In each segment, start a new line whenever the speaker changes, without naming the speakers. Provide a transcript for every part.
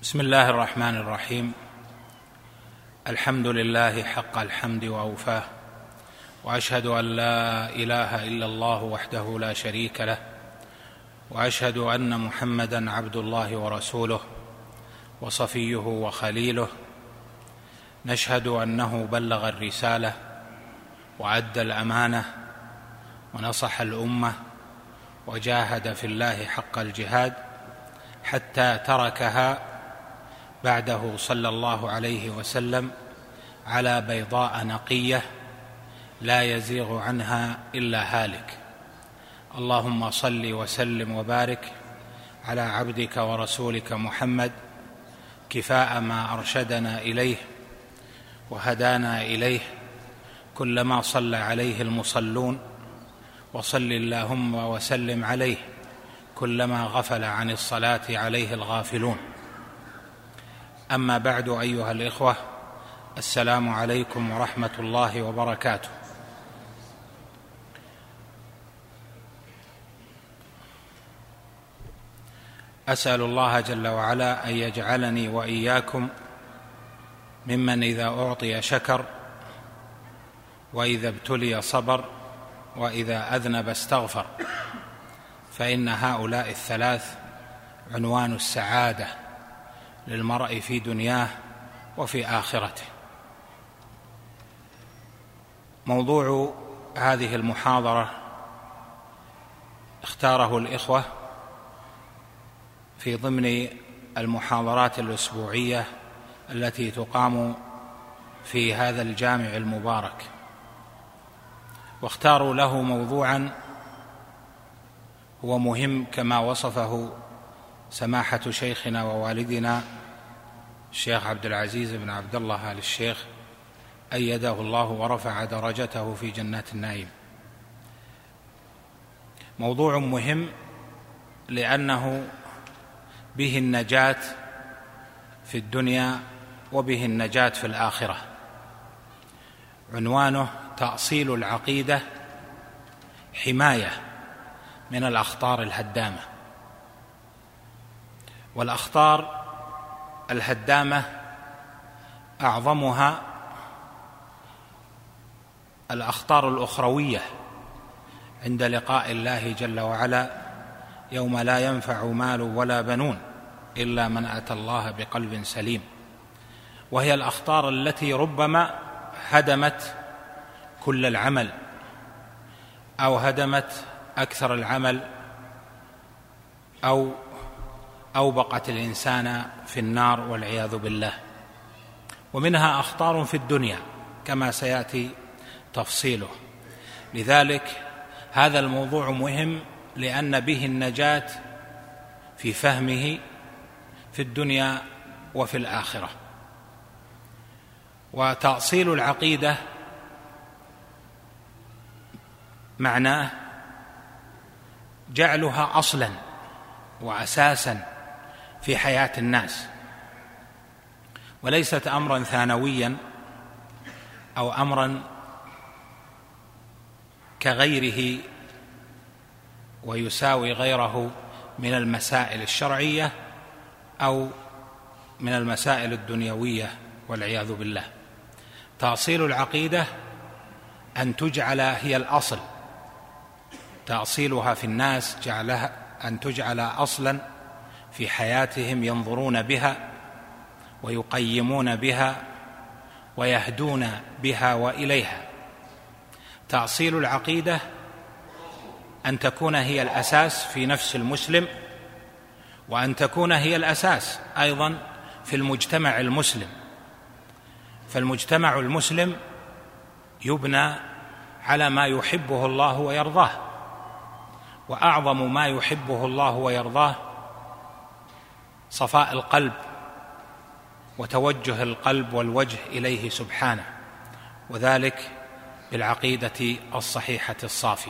بسم الله الرحمن الرحيم. الحمد لله حق الحمد وأوفاه، وأشهد أن لا إله إلا الله وحده لا شريك له، وأشهد أن محمدًا عبد الله ورسوله وصفيه وخليله. نشهد أنه بلغ الرسالة وأدى الأمانة ونصح الأمة وجاهد في الله حق الجهاد حتى تركها بعده صلى الله عليه وسلم على بيضاء نقية لا يزيغ عنها إلا هالك. اللهم صل وسلم وبارك على عبدك ورسولك محمد كفاء ما أرشدنا إليه وهدانا إليه، كلما صلى عليه المصلون، وصل اللهم وسلم عليه كلما غفل عن الصلاة عليه الغافلون. أما بعد، أيها الإخوة، السلام عليكم ورحمة الله وبركاته. أسأل الله جل وعلا أن يجعلني وإياكم ممن إذا أعطي شكر، وإذا ابتلي صبر، وإذا أذنب استغفر، فإن هؤلاء الثلاث عنوان السعادة للمرء في دنياه وفي آخرته. موضوع هذه المحاضرة اختاره الإخوة في ضمن المحاضرات الأسبوعية التي تقام في هذا الجامع المبارك، واختاروا له موضوعا هو مهم كما وصفه سماحة شيخنا ووالدنا الشيخ عبد العزيز بن عبد الله آل الشيخ أيده الله ورفع درجته في جنات النعيم. موضوع مهم لأنه به النجاة في الدنيا وبه النجاة في الآخرة. عنوانه تأصيل العقيدة حماية من الأخطار الهدامة. والأخطار الهدامة أعظمها الأخطار الأخروية عند لقاء الله جل وعلا يوم لا ينفع مال ولا بنون إلا من أتى الله بقلب سليم، وهي الأخطار التي ربما هدمت كل العمل أو هدمت أكثر العمل أو أوبقت الإنسان في النار والعياذ بالله. ومنها أخطار في الدنيا كما سيأتي تفصيله. لذلك هذا الموضوع مهم لأن به النجاة في فهمه في الدنيا وفي الآخرة. وتأصيل العقيدة معناه جعلها أصلاً وأساساً في حياة الناس، وليست أمراً ثانوياً أو أمراً كغيره ويساوي غيره من المسائل الشرعية أو من المسائل الدنيوية والعياذ بالله. تأصيل العقيدة أن تجعل هي الأصل، تأصيلها في الناس جعلها أن تجعل أصلاً في حياتهم ينظرون بها ويقيمون بها ويهدون بها وإليها. تأصيل العقيدة أن تكون هي الأساس في نفس المسلم، وأن تكون هي الأساس أيضاً في المجتمع المسلم. فالمجتمع المسلم يبنى على ما يحبه الله ويرضاه، وأعظم ما يحبه الله ويرضاه صفاء القلب وتوجه القلب والوجه إليه سبحانه، وذلك بالعقيدة الصحيحة الصافية.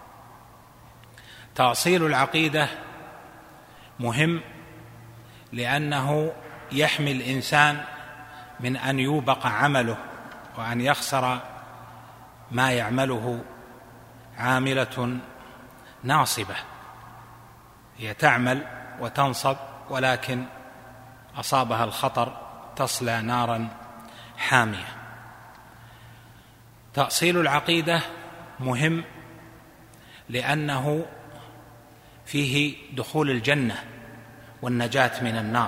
تأصيل العقيدة مهم لأنه يحمي الإنسان من أن يوبق عمله وأن يخسر ما يعمله عاملة ناصبة. هي تعمل وتنصب ولكن أصابها الخطر تصلى نارا حامية. تأصيل العقيدة مهم لأنه فيه دخول الجنة والنجاة من النار.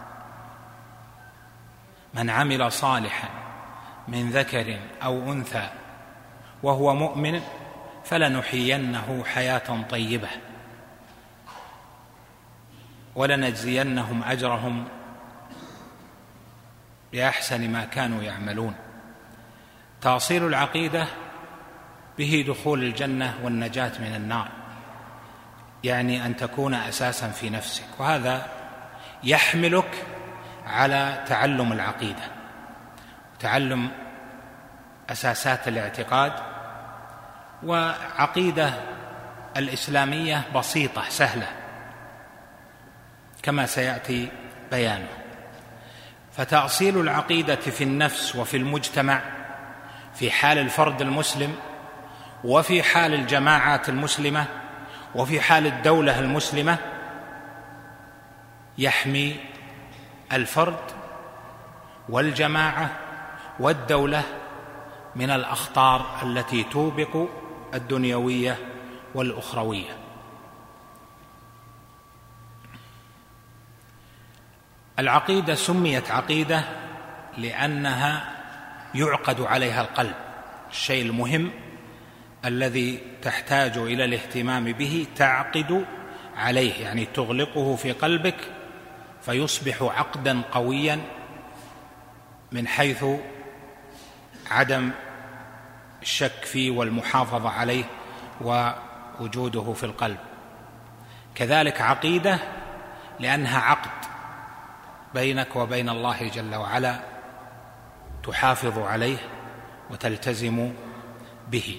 من عمل صالحا من ذكر أو أنثى وهو مؤمن فلنحيينه حياة طيبة ولنجزينهم أجرهم بأحسن ما كانوا يعملون. تأصيل العقيدة به دخول الجنة والنجاة من النار، يعني أن تكون أساسا في نفسك، وهذا يحملك على تعلم العقيدة، تعلم أساسات الاعتقاد. وعقيدة الإسلامية بسيطة سهلة كما سيأتي بيانه. فتأصيل العقيدة في النفس وفي المجتمع، في حال الفرد المسلم وفي حال الجماعات المسلمة وفي حال الدولة المسلمة، يحمي الفرد والجماعة والدولة من الأخطار التي توبق الدنيوية والأخروية. العقيدة سميت عقيدة لأنها يعقد عليها القلب، الشيء المهم الذي تحتاج إلى الاهتمام به تعقد عليه، يعني تغلقه في قلبك فيصبح عقدا قويا من حيث عدم الشك فيه والمحافظة عليه ووجوده في القلب. كذلك عقيدة لأنها عقد بينك وبين الله جل وعلا تحافظ عليه وتلتزم به.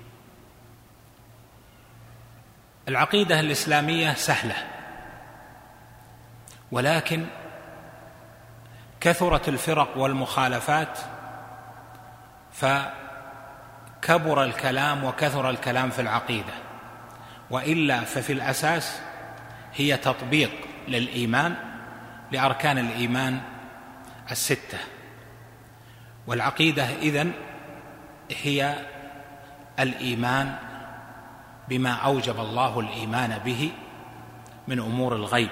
العقيدة الإسلامية سهلة، ولكن كثرت الفرق والمخالفات فكبر الكلام وكثر الكلام في العقيدة، وإلا ففي الأساس هي تطبيق للإيمان، لأركان الإيمان الستة. والعقيدة إذن هي الإيمان بما أوجب الله الإيمان به من أمور الغيب.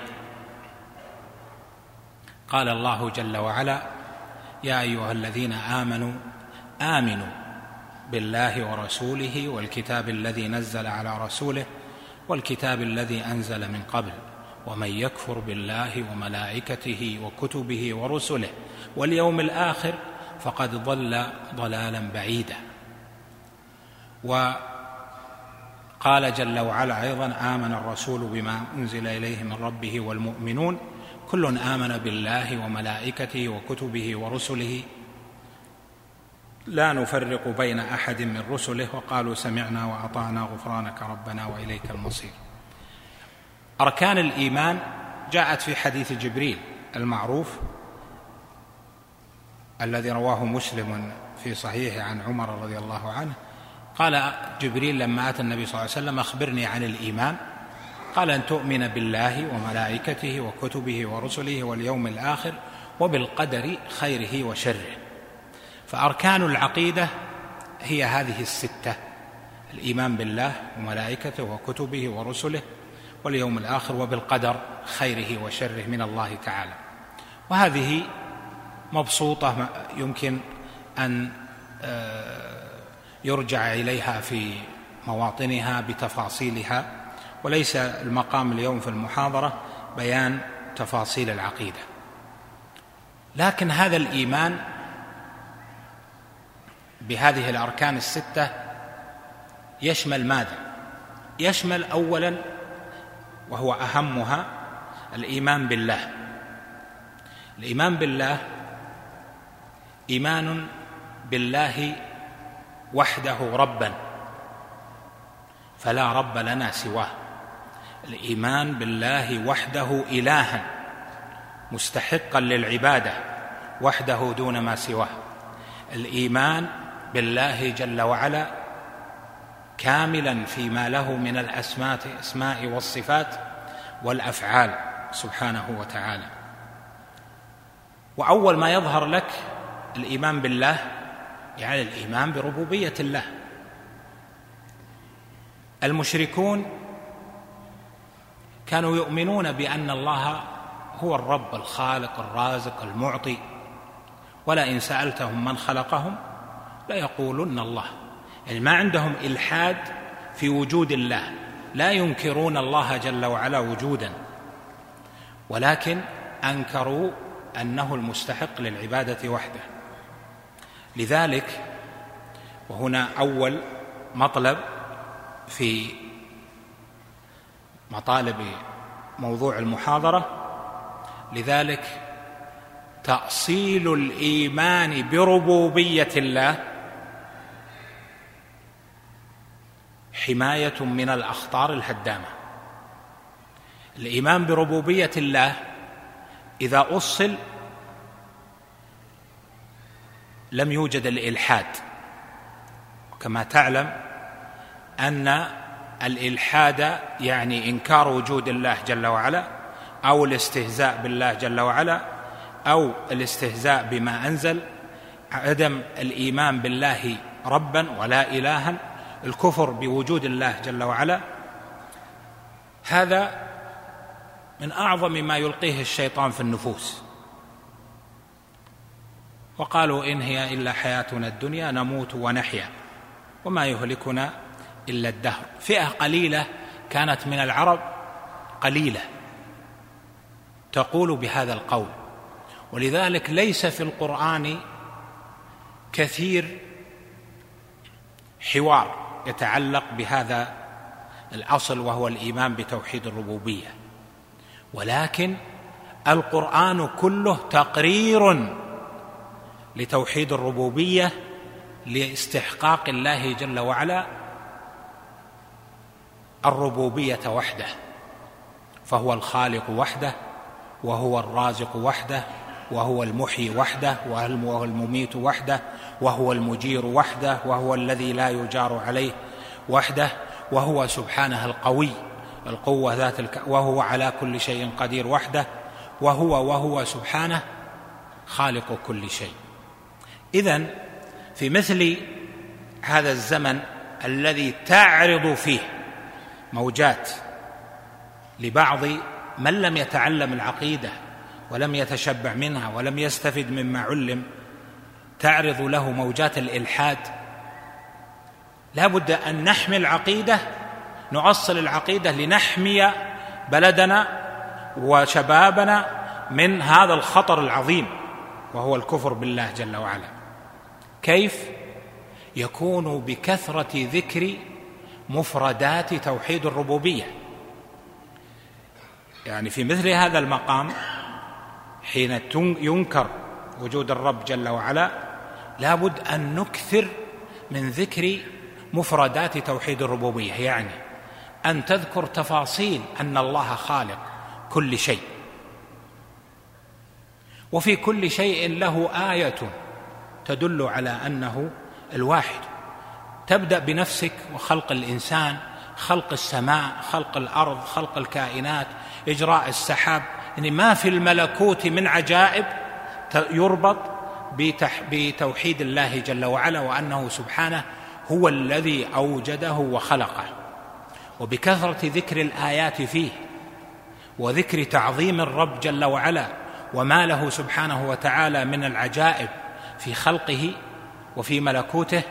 قال الله جل وعلا: يا أيها الذين آمنوا آمنوا بالله ورسوله والكتاب الذي نزل على رسوله والكتاب الذي أنزل من قبل ومن يكفر بالله وملائكته وكتبه ورسله واليوم الآخر فقد ضل ضلالا بعيدا. وقال جل وعلا أيضا: آمن الرسول بما أنزل إليه من ربه والمؤمنون كل آمن بالله وملائكته وكتبه ورسله لا نفرق بين أحد من رسله وقالوا سمعنا وأطعنا غفرانك ربنا وإليك المصير. أركان الإيمان جاءت في حديث جبريل المعروف الذي رواه مسلم في صحيحه عن عمر رضي الله عنه. قال جبريل لما أتى النبي صلى الله عليه وسلم: أخبرني عن الإيمان. قال: أن تؤمن بالله وملائكته وكتبه ورسله واليوم الآخر وبالقدر خيره وشره. فأركان العقيدة هي هذه الستة: الإيمان بالله وملائكته وكتبه ورسله واليوم الآخر وبالقدر خيره وشره من الله تعالى. وهذه مبسوطة يمكن أن يرجع إليها في مواطنها بتفاصيلها، وليس المقام اليوم في المحاضرة بيان تفاصيل العقيدة. لكن هذا الإيمان بهذه الأركان الستة يشمل ماذا؟ يشمل أولا وهو أهمها الإيمان بالله. الإيمان بالله إيمان بالله وحده ربا فلا رب لنا سواه. الإيمان بالله وحده إلها مستحقا للعبادة وحده دون ما سواه. الإيمان بالله جل وعلا كاملا فيما له من الأسماء والصفات والأفعال سبحانه وتعالى. وأول ما يظهر لك الإيمان بالله يعني الإيمان بربوبية الله. المشركون كانوا يؤمنون بأن الله هو الرب الخالق الرازق المعطي، ولئن سألتهم من خلقهم ليقولن الله. يعني ما عندهم إلحاد في وجود الله، لا ينكرون الله جل وعلا وجودا، ولكن أنكروا أنه المستحق للعبادة وحده. لذلك وهنا أول مطلب في مطالب موضوع المحاضرة، لذلك تأصيل الإيمان بربوبية الله حماية من الأخطار الهدامة. الإيمان بربوبية الله إذا أصل لم يوجد الإلحاد، وكما تعلم أن الإلحاد يعني إنكار وجود الله جل وعلا، أو الاستهزاء بالله جل وعلا، أو الاستهزاء بما أنزل، عدم الإيمان بالله ربا ولا إلها، الكفر بوجود الله جل وعلا. هذا من أعظم ما يلقيه الشيطان في النفوس. وقالوا إن هي إلا حياتنا الدنيا نموت ونحيا وما يهلكنا إلا الدهر. فئة قليلة كانت من العرب، قليلة، تقول بهذا القول. ولذلك ليس في القرآن كثير حوار يتعلق بهذا الأصل وهو الإيمان بتوحيد الربوبية، ولكن القرآن كله تقرير لتوحيد الربوبية لاستحقاق الله جل وعلا الربوبية وحده، فهو الخالق وحده، وهو الرازق وحده، وهو المحيي وحده، وهو المميت وحده، وهو المجير وحده، وهو الذي لا يجار عليه وحده، وهو سبحانه القوي القوة ذات وهو على كل شيء قدير وحده، وهو سبحانه خالق كل شيء. إذن في مثل هذا الزمن الذي تعرض فيه موجات لبعض من لم يتعلم العقيدة ولم يتشبع منها ولم يستفد مما علم، تعرض له موجات الإلحاد، لا بد أن نحمي العقيدة، نؤصل العقيدة لنحمي بلدنا وشبابنا من هذا الخطر العظيم وهو الكفر بالله جل وعلا. كيف؟ يكون بكثرة ذكر مفردات توحيد الربوبية. يعني في مثل هذا المقام حين ينكر وجود الرب جل وعلا لابد أن نكثر من ذكر مفردات توحيد الربوبية، يعني أن تذكر تفاصيل أن الله خالق كل شيء، وفي كل شيء له آية تدل على أنه الواحد. تبدأ بنفسك وخلق الإنسان، خلق السماء، خلق الأرض، خلق الكائنات، إجراء السحاب. يعني ما في الملكوت من عجائب يربط بتوحيد الله جل وعلا، وأنه سبحانه هو الذي أوجده وخلقه. وبكثرة ذكر الآيات فيه وذكر تعظيم الرب جل وعلا وما له سبحانه وتعالى من العجائب في خلقه وفي ملكوته،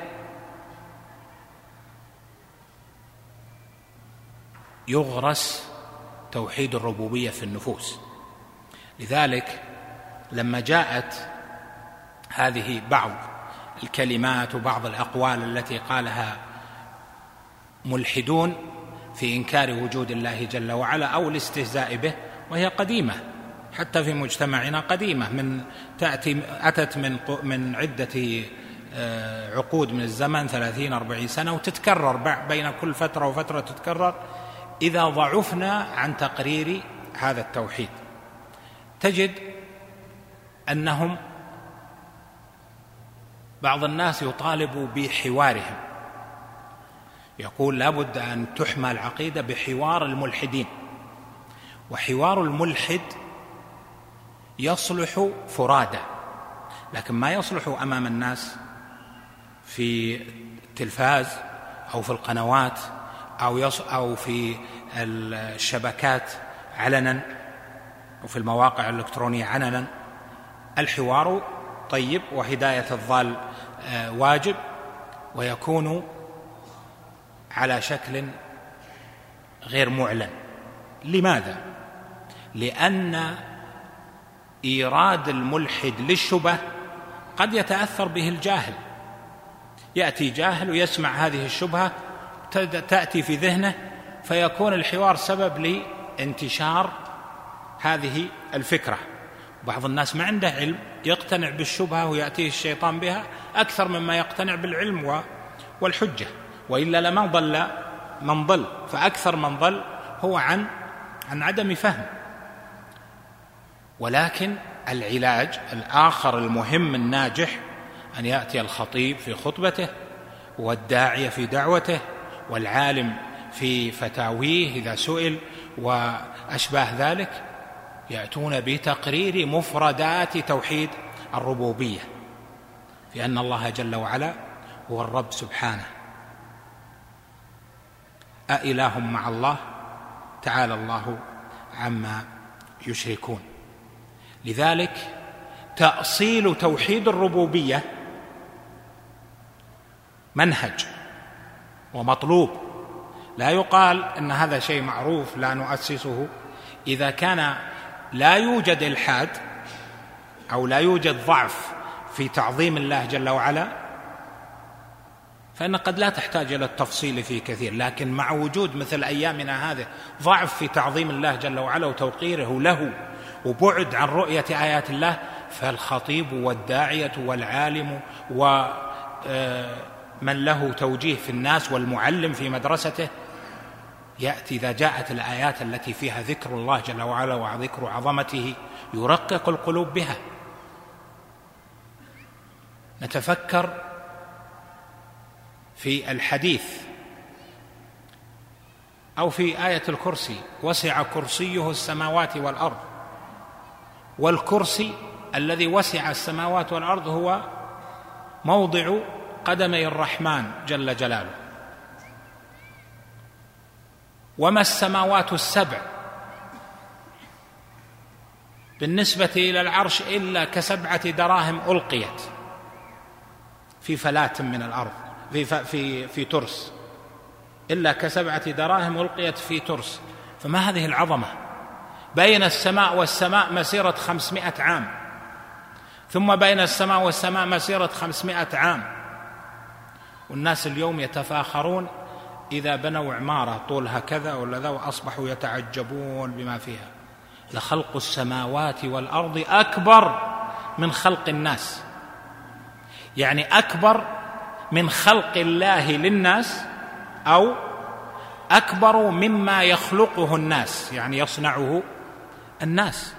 يغرس توحيد الربوبية في النفوس. لذلك لما جاءت هذه بعض الكلمات وبعض الأقوال التي قالها ملحدون في إنكار وجود الله جل وعلا أو الاستهزاء به، وهي قديمة حتى في مجتمعنا، قديمة أتت من عدة عقود من الزمن، 30-40 سنة، وتتكرر بين كل فترة وفترة تتكرر. إذا ضعفنا عن تقرير هذا التوحيد تجد أنهم بعض الناس يطالب بحوارهم، يقول لابد أن تحمى العقيدة بحوار الملحدين. وحوار الملحد يصلح فرادى، لكن ما يصلح أمام الناس في التلفاز أو في القنوات أو في الشبكات علنا أو في المواقع الإلكترونية علنا. الحوار طيب وهداية الضال واجب، ويكون على شكل غير معلن. لماذا؟ لأن إيراد الملحد للشبه قد يتأثر به الجاهل، يأتي جاهل ويسمع هذه الشبهة تأتي في ذهنه، فيكون الحوار سبب لانتشار هذه الفكرة. بعض الناس ما عنده علم يقتنع بالشبهة ويأتيه الشيطان بها أكثر مما يقتنع بالعلم والحجة، وإلا لما ضل من ضل، فأكثر من ضل هو عن عدم فهم. ولكن العلاج الآخر المهم الناجح أن يأتي الخطيب في خطبته، والداعية في دعوته، والعالم في فتاويه إذا سئل وأشباه ذلك، يأتون بتقرير مفردات توحيد الربوبية، في أن الله جل وعلا هو الرب سبحانه. أإله مع الله؟ تعالى الله عما يشركون. لذلك تأصيل توحيد الربوبية منهج ومطلوب، لا يقال إن هذا شيء معروف لا نؤسسه. إذا كان لا يوجد إلحاد أو لا يوجد ضعف في تعظيم الله جل وعلا، فإن قد لا تحتاج إلى التفصيل فيه كثير. لكن مع وجود مثل أيامنا هذه ضعف في تعظيم الله جل وعلا وتوقيره له وبعد عن رؤية آيات الله، فالخطيب والداعية والعالم ومن له توجيه في الناس والمعلم في مدرسته يأتي إذا جاءت الآيات التي فيها ذكر الله جل وعلا وذكر عظمته يرقق القلوب بها. نتفكر في الحديث أو في آية الكرسي: وسع كرسيه السماوات والأرض. والكرسي الذي وسع السماوات والأرض هو موضع قدمي الرحمن جل جلاله. وما السماوات السبع بالنسبة إلى العرش إلا كسبعة دراهم ألقيت في فلاة من الأرض في ترس، إلا كسبعة دراهم ألقيت في ترس. فما هذه العظمة؟ بين السماء والسماء مسيرة 500 عام، ثم بين السماء والسماء مسيرة 500 عام. والناس اليوم يتفاخرون إذا بنوا عمارة طولها كذا ولا ذا، وأصبحوا يتعجبون بما فيها. لخلق السماوات والأرض أكبر من خلق الناس، يعني أكبر من خلق الله للناس، أو أكبر مما يخلقه الناس، يعني يصنعه الناس.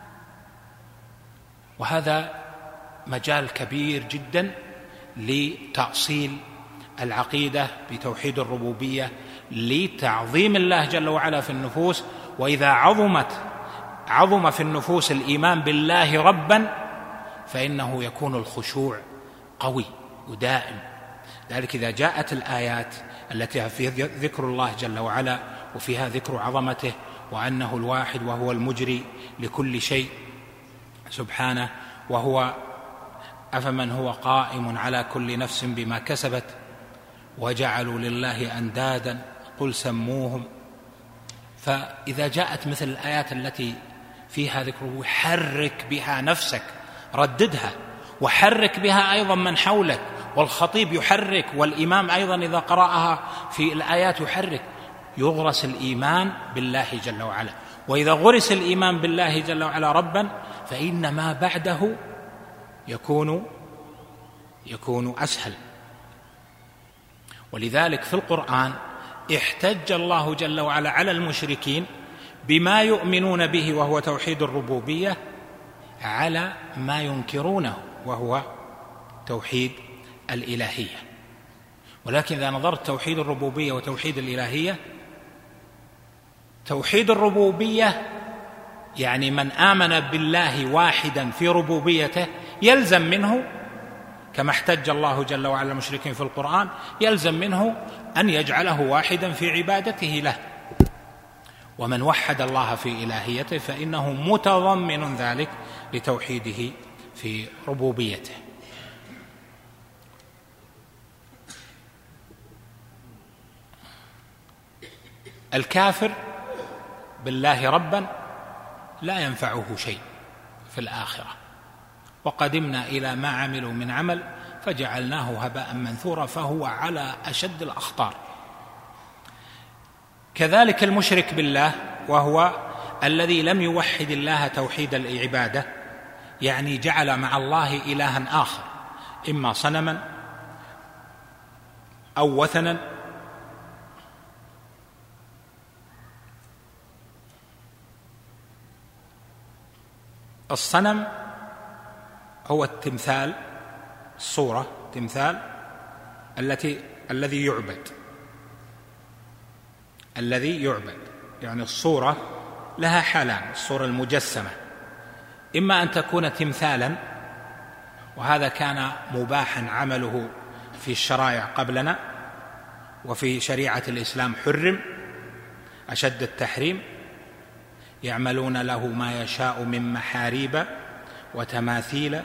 وهذا مجال كبير جدا لتأصيل العقيدة بتوحيد الربوبية، لتعظيم الله جل وعلا في النفوس. وإذا عظم في النفوس الإيمان بالله ربا، فإنه يكون الخشوع قوي ودائم. ذلك إذا جاءت الآيات التي فيها ذكر الله جل وعلا وفيها ذكر عظمته وأنه الواحد وهو المجري لكل شيء سبحانه، وهو أفمن هو قائم على كل نفس بما كسبت وجعلوا لله أندادا قل سموهم. فإذا جاءت مثل الآيات التي فيها ذكره حرك بها نفسك، رددها، وحرك بها أيضا من حولك. والخطيب يحرك، والإمام أيضا إذا قرأها في الآيات يحرك. يغرس الإيمان بالله جل وعلا، وإذا غرس الإيمان بالله جل وعلا ربا، فإن ما بعده يكون أسهل. ولذلك في القرآن احتج الله جل وعلا على المشركين بما يؤمنون به وهو توحيد الربوبية على ما ينكرونه وهو توحيد الإلهية. ولكن إذا نظرت توحيد الربوبية وتوحيد الإلهية، توحيد الربوبية يعني من آمن بالله واحدا في ربوبيته يلزم منه، كما احتج الله جل وعلا المشركين في القرآن، يلزم منه أن يجعله واحدا في عبادته له. ومن وحد الله في إلهيته فإنه متضمن ذلك لتوحيده في ربوبيته. الكافر بالله ربا لا ينفعه شيء في الآخرة، وقدمنا إلى ما عملوا من عمل فجعلناه هباء منثورا، فهو على أشد الأخطار. كذلك المشرك بالله، وهو الذي لم يوحد الله توحيد العبادة، يعني جعل مع الله إلها آخر، إما صنما أو وثنا الصنم هو التمثال، الصورة تمثال الذي يعبد، يعني الصورة لها حالان: الصورة المجسمة إما أن تكون تمثالا، وهذا كان مباحا عمله في الشرائع قبلنا، وفي شريعة الإسلام حرم أشد التحريم، يعملون له ما يشاء من محاريب وتماثيل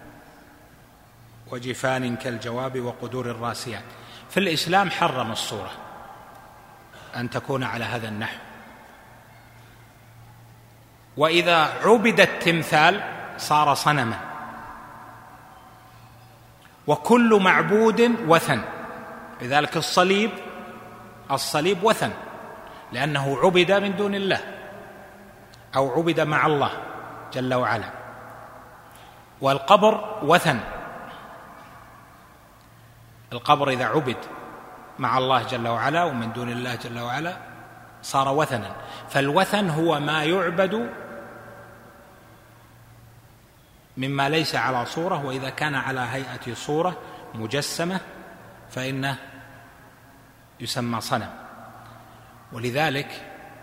وجفان كالجواب وقدور الراسيات. في الإسلام حرم الصورة أن تكون على هذا النحو. وإذا عبد التمثال صار صنما، وكل معبود وثن. لذلك الصليب وثن، لأنه عبد من دون الله أو عبد مع الله جل وعلا. والقبر وثن، القبر إذا عبد مع الله جل وعلا ومن دون الله جل وعلا صار وثنا. فالوثن هو ما يعبد مما ليس على صورة، وإذا كان على هيئة صورة مجسمة فإنه يسمى صنم. ولذلك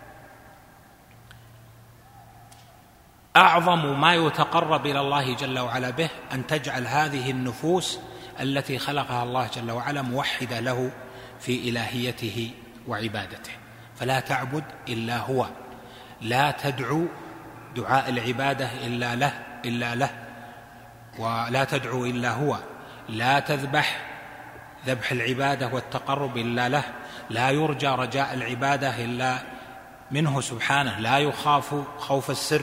أعظم ما يتقرب إلى الله جل وعلا به أن تجعل هذه النفوس التي خلقها الله جل وعلا موحدة له في إلهيته وعبادته، فلا تعبد إلا هو، لا تدعو دعاء العبادة إلا له، ولا تدعو إلا هو، لا تذبح ذبح العبادة والتقرب إلا له، لا يرجى رجاء العبادة إلا منه سبحانه، لا يخاف خوف السر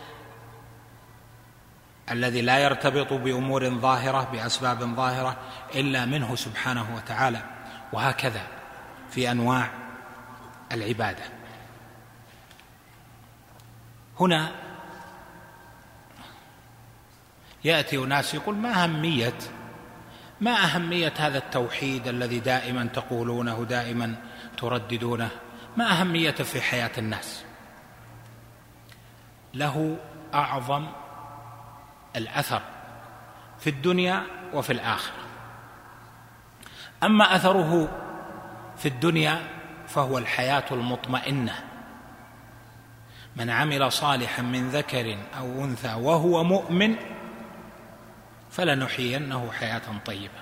الذي لا يرتبط بأمور ظاهرة بأسباب ظاهرة إلا منه سبحانه وتعالى. وهكذا في أنواع العبادة. هنا يأتي ناس يقول ما أهمية هذا التوحيد الذي دائما تقولونه دائما ترددونه، ما أهميته في حياة الناس؟ له أعظم الأثر في الدنيا وفي الآخرة. أما أثره في الدنيا فهو الحياة المطمئنة. من عمل صالحا من ذكر أو أنثى وهو مؤمن فلنحيينه حياة طيبة.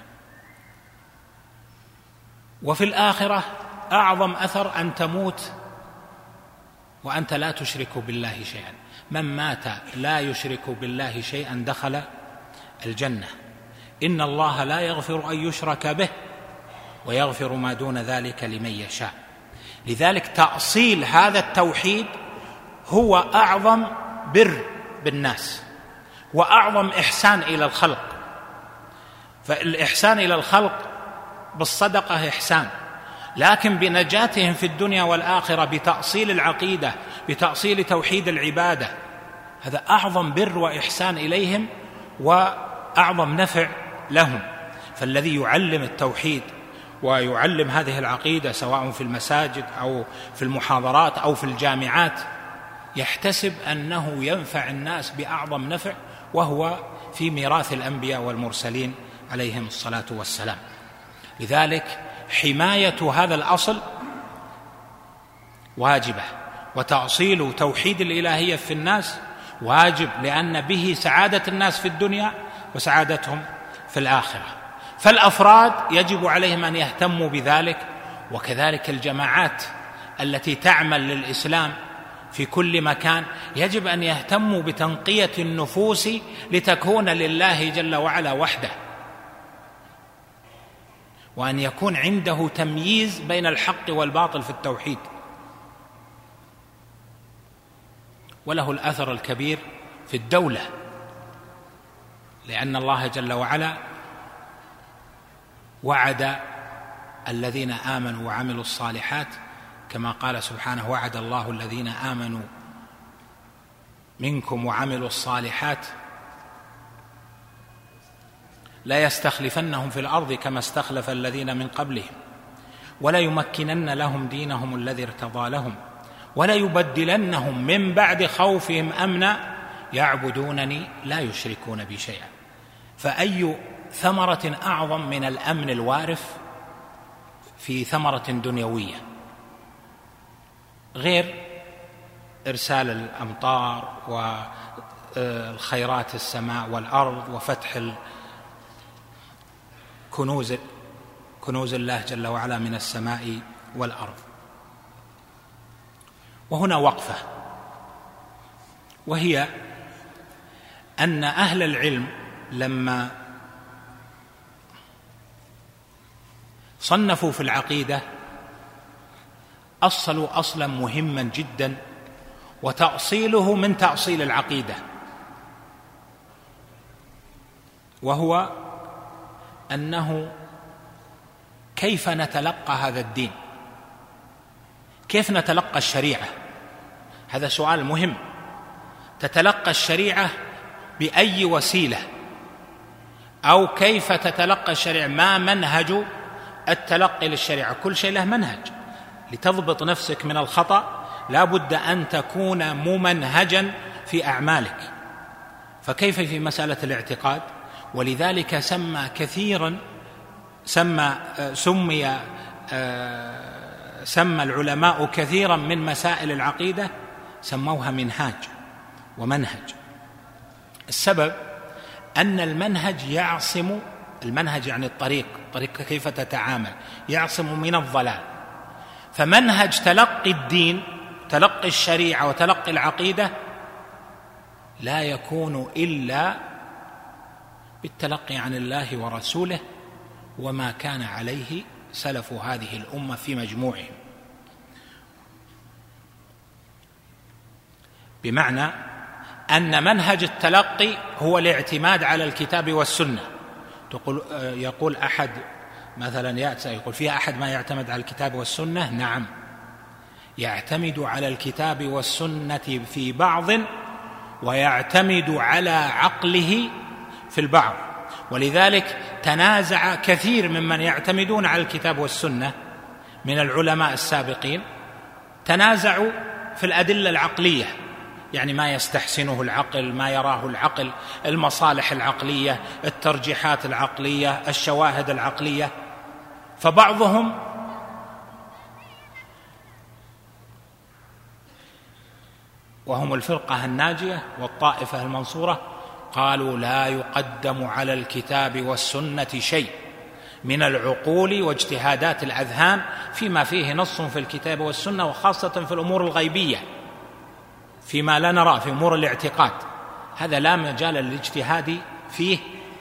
وفي الآخرة أعظم أثر أن تموت وأنت لا تشرك بالله شيئا. من مات لا يشرك بالله شيئا دخل الجنة. إن الله لا يغفر أن يشرك به ويغفر ما دون ذلك لمن يشاء. لذلك تأصيل هذا التوحيد هو أعظم بر بالناس وأعظم إحسان إلى الخلق. فالإحسان إلى الخلق بالصدقة إحسان، لكن بنجاتهم في الدنيا والآخرة بتأصيل العقيدة بتأصيل توحيد العبادة هذا أعظم بر وإحسان إليهم وأعظم نفع لهم. فالذي يعلم التوحيد ويعلم هذه العقيدة سواء في المساجد أو في المحاضرات أو في الجامعات يحتسب أنه ينفع الناس بأعظم نفع، وهو في ميراث الأنبياء والمرسلين عليهم الصلاة والسلام. لذلك حماية هذا الأصل واجبة، وتأصيل توحيد الإلهية في الناس واجب، لأن به سعادة الناس في الدنيا وسعادتهم في الآخرة. فالأفراد يجب عليهم أن يهتموا بذلك، وكذلك الجماعات التي تعمل للإسلام في كل مكان يجب أن يهتموا بتنقية النفوس لتكون لله جل وعلا وحده، وأن يكون عنده تمييز بين الحق والباطل في التوحيد. وله الأثر الكبير في الدولة، لأن الله جل وعلا وعد الذين آمنوا وعملوا الصالحات كما قال سبحانه: وعد الله الذين آمنوا منكم وعملوا الصالحات لا يستخلفنهم في الأرض كما استخلف الذين من قبلهم ولا يمكنن لهم دينهم الذي ارتضى لهم ولا يبدلنهم من بعد خوفهم أمنا يعبدونني لا يشركون بي شيئا. فأي ثمرة أعظم من الأمن الوارف في ثمرة دنيوية غير إرسال الأمطار والخيرات السماء والأرض وفتح كنوز الله جل وعلا من السماء والأرض. وهنا وقفة، وهي أن أهل العلم لما صنفوا في العقيدة أصلوا أصلا مهما جدا، وتأصيله من تأصيل العقيدة، وهو أنه كيف نتلقى هذا الدين، كيف نتلقى الشريعة. هذا سؤال مهم. تتلقى الشريعة بأي وسيلة، أو كيف تتلقى الشريعة، ما منهج التلقي للشريعة. كل شيء له منهج. لتضبط نفسك من الخطأ لا بد أن تكون ممنهجا في أعمالك. فكيف في مسألة الاعتقاد؟ ولذلك سمى العلماء كثيرا من مسائل العقيدة سموها منهاج ومنهج. السبب أن المنهج يعني الطريق كيف تتعامل، يعصم من الضلال. فمنهج تلقي الدين، تلقي الشريعة وتلقي العقيدة لا يكون إلا بالتلقي عن الله ورسوله وما كان عليه سلف هذه الأمة في مجموعهم. بمعنى أن منهج التلقي هو الاعتماد على الكتاب والسنة. يقول أحد مثلا يقول فيها أحد ما يعتمد على الكتاب والسنة؟ نعم، يعتمد على الكتاب والسنة في بعض ويعتمد على عقله في البعض. ولذلك تنازع كثير ممن يعتمدون على الكتاب والسنة من العلماء السابقين، تنازعوا في الأدلة العقلية، يعني ما يستحسنه العقل، ما يراه العقل، المصالح العقلية، الترجيحات العقلية، الشواهد العقلية. فبعضهم وهم الفرقة الناجية والطائفة المنصورة قالوا لا يقدم على الكتاب والسنة شيء من العقول واجتهادات الأذهان فيما فيه نص في الكتاب والسنة، وخاصة في الأمور الغيبية، فيما لا نرى في أمور الاعتقاد. هذا لا مجال للاجتهاد فيه،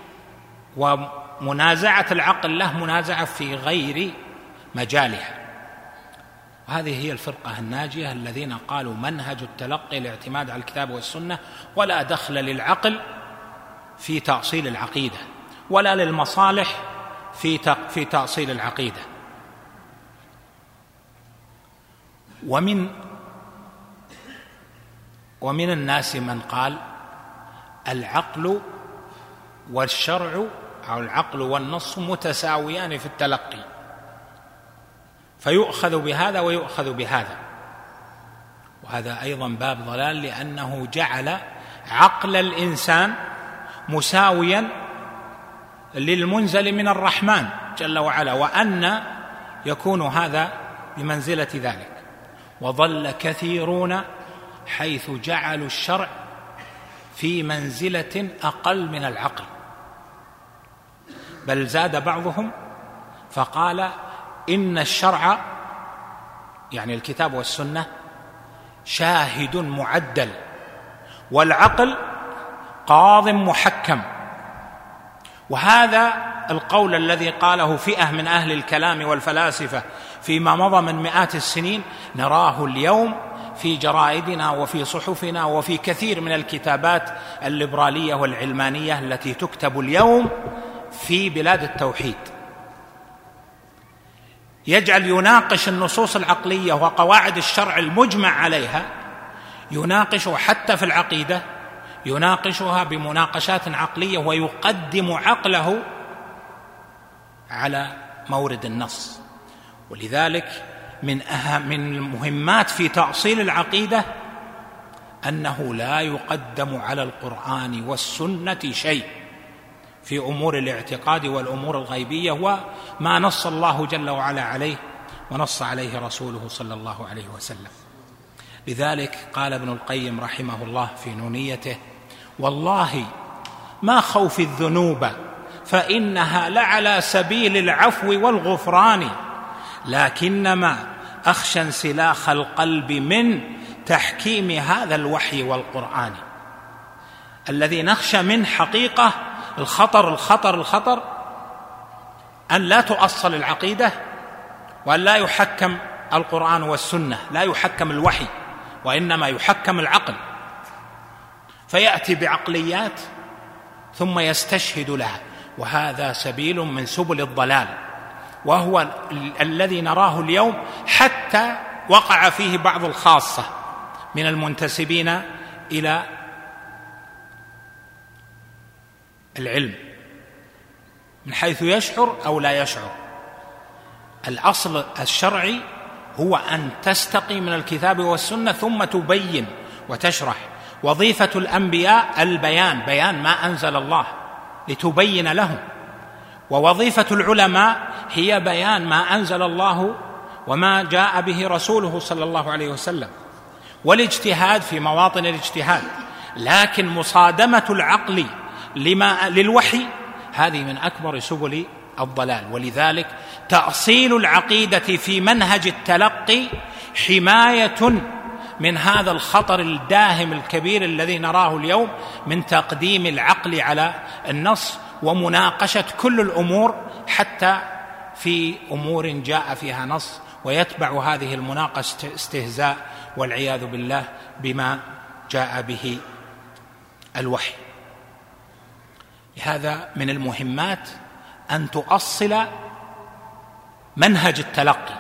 ومنازعة العقل له منازعة في غير مجالها. وهذه هي الفرقة الناجية الذين قالوا منهج التلقي الاعتماد على الكتاب والسنة، ولا دخل للعقل في تأصيل العقيدة ولا للمصالح في تأصيل العقيدة. ومن الناس من قال العقل والشرع أو العقل والنص متساويان في التلقي، فيؤخذ بهذا ويؤخذ بهذا. وهذا أيضا باب ضلال، لأنه جعل عقل الإنسان مساويا للمنزل من الرحمن جل وعلا، وأن يكون هذا بمنزلة ذلك. وضل كثيرون حيث جعلوا الشرع في منزلة أقل من العقل، بل زاد بعضهم فقال إن الشرع يعني الكتاب والسنة شاهد معدل، والعقل قاض محكم. وهذا القول الذي قاله فئة من أهل الكلام والفلاسفة فيما مضى من مئات السنين نراه اليوم في جرائدنا وفي صحفنا وفي كثير من الكتابات الليبرالية والعلمانية التي تكتب اليوم في بلاد التوحيد، يجعل يناقش النصوص العقلية وقواعد الشرع المجمع عليها، يناقشها حتى في العقيدة، يناقشها بمناقشات عقلية ويقدم عقله على مورد النص. ولذلك من المهمات في تأصيل العقيدة أنه لا يقدم على القرآن والسنة شيء في أمور الاعتقاد والأمور الغيبية، وما نص الله جل وعلا عليه ونص عليه رسوله صلى الله عليه وسلم. لذلك قال ابن القيم رحمه الله في نونيته: والله ما خوف الذنوب فإنها لعلى سبيل العفو والغفران، لكنما أخشى انسلاخ القلب من تحكيم هذا الوحي والقرآن. الذي نخشى من حقيقة الخطر أن لا تؤصل العقيدة، وأن لا يحكم القرآن والسنة، لا يحكم الوحي وإنما يحكم العقل، فيأتي بعقليات ثم يستشهد لها، وهذا سبيل من سبل الضلال، وهو الذي نراه اليوم حتى وقع فيه بعض الخاصة من المنتسبين إلى العلم من حيث يشعر أو لا يشعر. الأصل الشرعي هو أن تستقي من الكتاب والسنة ثم تبين وتشرح. وظيفة الأنبياء البيان، بيان ما أنزل الله لتبين لهم، ووظيفة العلماء هي بيان ما أنزل الله وما جاء به رسوله صلى الله عليه وسلم، والاجتهاد في مواطن الاجتهاد. لكن مصادمة العقل للوحي هذه من أكبر سبل الضلال. ولذلك تأصيل العقيدة في منهج التلقي حماية من هذا الخطر الداهم الكبير الذي نراه اليوم من تقديم العقل على النص ومناقشة كل الأمور حتى في أمور جاء فيها نص، ويتبع هذه المناقشة استهزاء والعياذ بالله بما جاء به الوحي. لهذا من المهمات أن تؤصل منهج التلقي،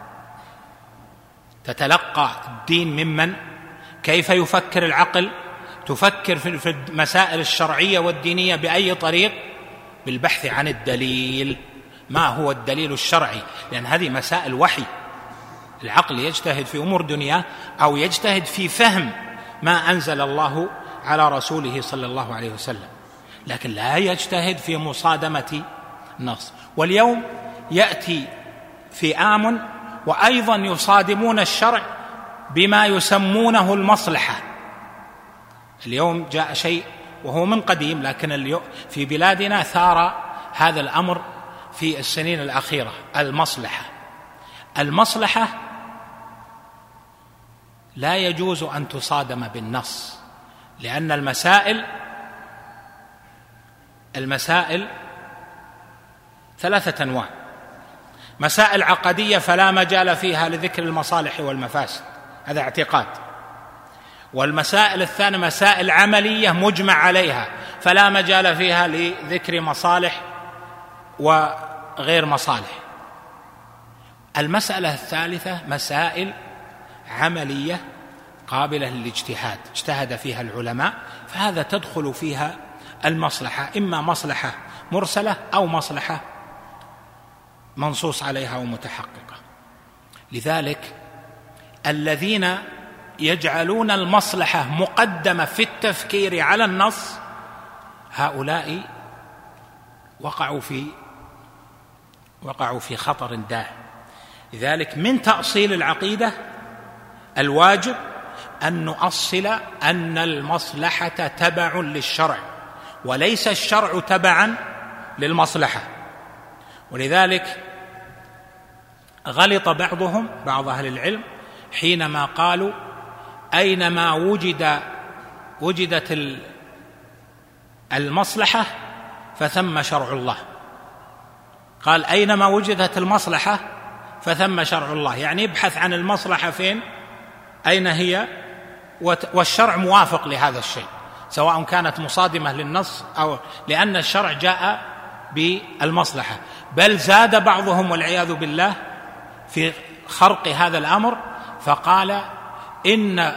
تتلقى الدين ممن؟ كيف يفكر العقل؟ تفكر في المسائل الشرعية والدينية بأي طريق؟ بالبحث عن الدليل. ما هو الدليل الشرعي؟ لأن هذه مسائل وحي. العقل يجتهد في أمور دنياه أو يجتهد في فهم ما أنزل الله على رسوله صلى الله عليه وسلم، لكن لا يجتهد في مصادمة النص. واليوم يأتي فئام وأيضا يصادمون الشرع بما يسمونه المصلحة. اليوم جاء شيء وهو من قديم، لكن اليوم في بلادنا ثار هذا الأمر في السنين الأخيرة: المصلحة لا يجوز أن تصادم بالنص، لأن المسائل ثلاثة أنواع: مسائل عقدية فلا مجال فيها لذكر المصالح والمفاسد، هذا اعتقاد. والمسائل الثانية مسائل عملية مجمع عليها فلا مجال فيها لذكر مصالح وغير مصالح. المسألة الثالثة مسائل عملية قابلة للاجتهاد، اجتهد فيها العلماء، فهذا تدخل فيها المصلحة، إما مصلحة مرسلة أو مصلحة منصوص عليها ومتحققة. لذلك الذين يجعلون المصلحة مقدمة في التفكير على النص هؤلاء وقعوا في خطر داهم. لذلك من تأصيل العقيدة الواجب أن نؤصل أن المصلحة تبع للشرع وليس الشرع تبعا للمصلحة. ولذلك غلط بعض أهل العلم حينما قالوا أينما وجدت المصلحة فثم شرع الله. قال أينما وجدت المصلحة فثم شرع الله، يعني ابحث عن المصلحة فين، أين هي، والشرع موافق لهذا الشيء سواء كانت مصادمة للنص أو لأن الشرع جاء بالمصلحة. بل زاد بعضهم والعياذ بالله في خرق هذا الأمر فقال إن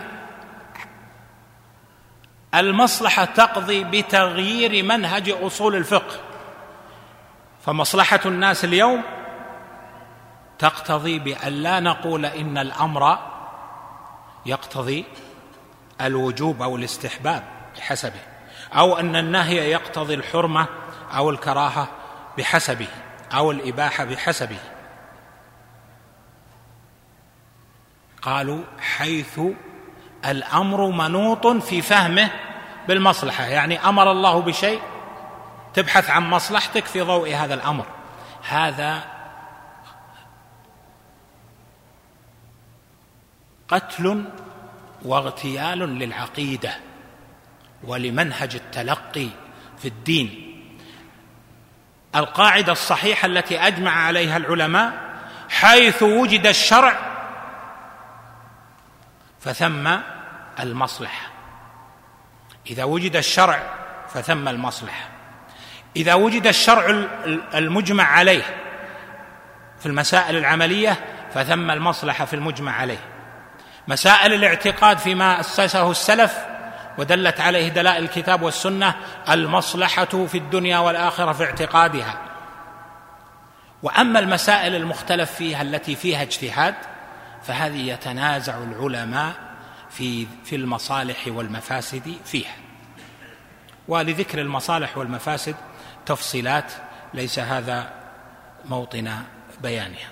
المصلحة تقضي بتغيير منهج أصول الفقه، فمصلحة الناس اليوم تقتضي بأن لا نقول إن الأمر يقتضي الوجوب أو الاستحباب بحسبه، أو أن النهي يقتضي الحرمة أو الكراهة بحسبه، أو الإباحة بحسبه. قالوا حيث الأمر منوط في فهمه بالمصلحة، يعني أمر الله بشيء تبحث عن مصلحتك في ضوء هذا الأمر. هذا قتل واغتيال للعقيدة ولمنهج التلقي في الدين. القاعدة الصحيحة التي أجمع عليها العلماء حيث وجد الشرع فثم المصلحة. إذا وجد الشرع فثم المصلحة. إذا وجد الشرع المجمع عليه في المسائل العملية فثم المصلحة في المجمع عليه. مسائل الاعتقاد فيما أسسه السلف ودلت عليه دلائل الكتاب والسنة المصلحة في الدنيا والآخرة في اعتقادها. وأما المسائل المختلف فيها التي فيها اجتهاد فهذه يتنازع العلماء في المصالح والمفاسد فيها. ولذكر المصالح والمفاسد تفصيلات ليس هذا موطن بيانها.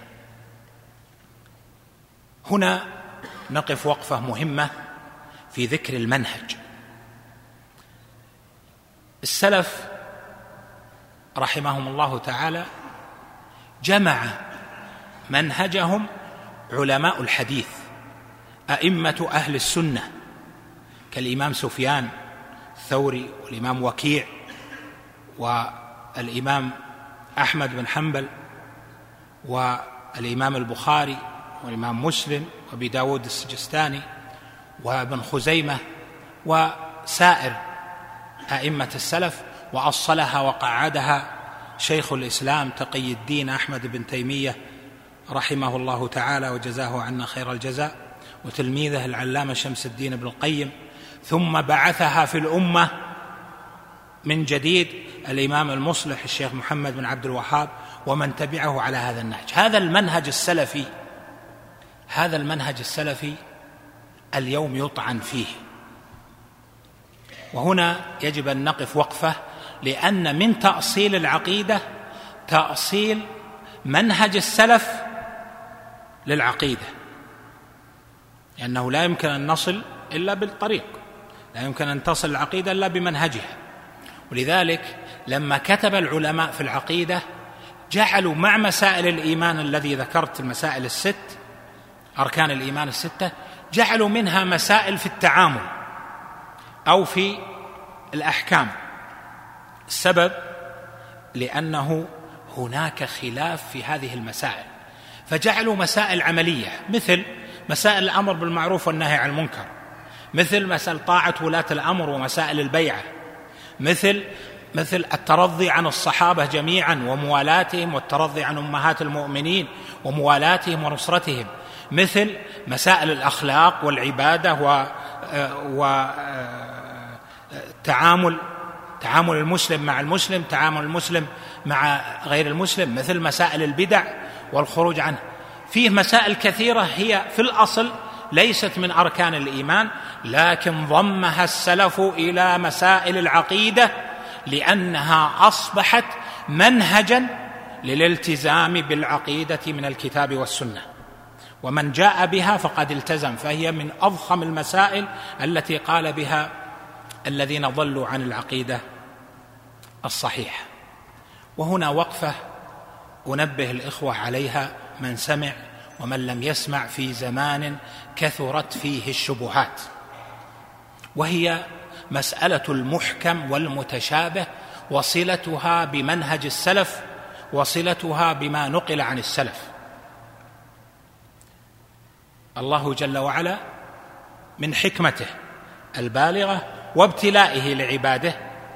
هنا نقف وقفة مهمة في ذكر المنهج. السلف رحمهم الله تعالى جمع منهجهم علماء الحديث أئمة أهل السنة كالإمام سفيان الثوري والإمام وكيع والإمام أحمد بن حنبل والإمام البخاري والإمام مسلم وأبي داود السجستاني وابن خزيمة وسائر أئمة السلف، وأصلها وقعدها شيخ الإسلام تقي الدين أحمد بن تيمية رحمه الله تعالى وجزاه عنا خير الجزاء، وتلميذه العلامة شمس الدين بن القيم، ثم بعثها في الأمة من جديد الإمام المصلح الشيخ محمد بن عبد الوهاب ومن تبعه على هذا النهج. هذا المنهج السلفي اليوم يطعن فيه. وهنا يجب أن نقف وقفة، لأن من تأصيل العقيدة تأصيل منهج السلف للعقيدة، لأنه لا يمكن أن نصل إلا بالطريق، لا يمكن أن تصل العقيدة إلا بمنهجها. ولذلك لما كتب العلماء في العقيدة جعلوا مع مسائل الإيمان الذي ذكرت، المسائل الست أركان الإيمان الستة، جعلوا منها مسائل في التعامل أو في الأحكام. السبب لأنه هناك خلاف في هذه المسائل، فجعلوا مسائل عملية مثل مسائل الأمر بالمعروف والنهي عن المنكر، مثل مسائل طاعة ولاة الأمر ومسائل البيعة، مثل الترضي عن الصحابة جميعا وموالاتهم، والترضي عن أمهات المؤمنين وموالاتهم ونصرتهم، مثل مسائل الأخلاق والعبادة وتعامل المسلم مع المسلم، تعامل المسلم مع غير المسلم، مثل مسائل البدع والخروج عنه. فيه مسائل كثيرة هي في الأصل ليست من أركان الإيمان، لكن ضمها السلف إلى مسائل العقيدة لأنها أصبحت منهجا للالتزام بالعقيدة من الكتاب والسنة. ومن جاء بها فقد التزم، فهي من أضخم المسائل التي قال بها الذين ضلوا عن العقيدة الصحيحة. وهنا وقفة أنبه الإخوة عليها، من سمع ومن لم يسمع، في زمان كثرت فيه الشبهات، وهي مسألة المحكم والمتشابه وصلتها بمنهج السلف وصلتها بما نقل عن السلف. الله جل وعلا من حكمته البالغة وابتلائه لعباده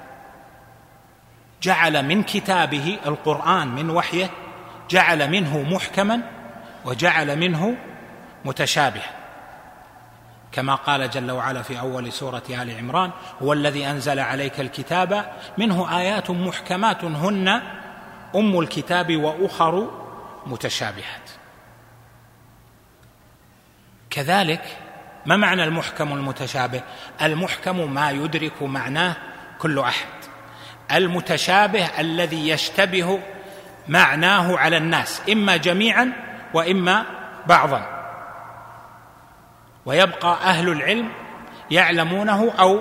جعل من كتابه القرآن من وحيه، جعل منه محكما وجعل منه متشابها، كما قال جل وعلا في أول سورة آل عمران: هو الذي أنزل عليك الكتاب منه آيات محكمات هن أم الكتاب وأخر متشابهات. كذلك ما معنى المحكم والمتشابه؟ المحكم ما يدرك معناه كل أحد، المتشابه الذي يشتبه معناه على الناس إما جميعا وإما بعضا، ويبقى أهل العلم يعلمونه أو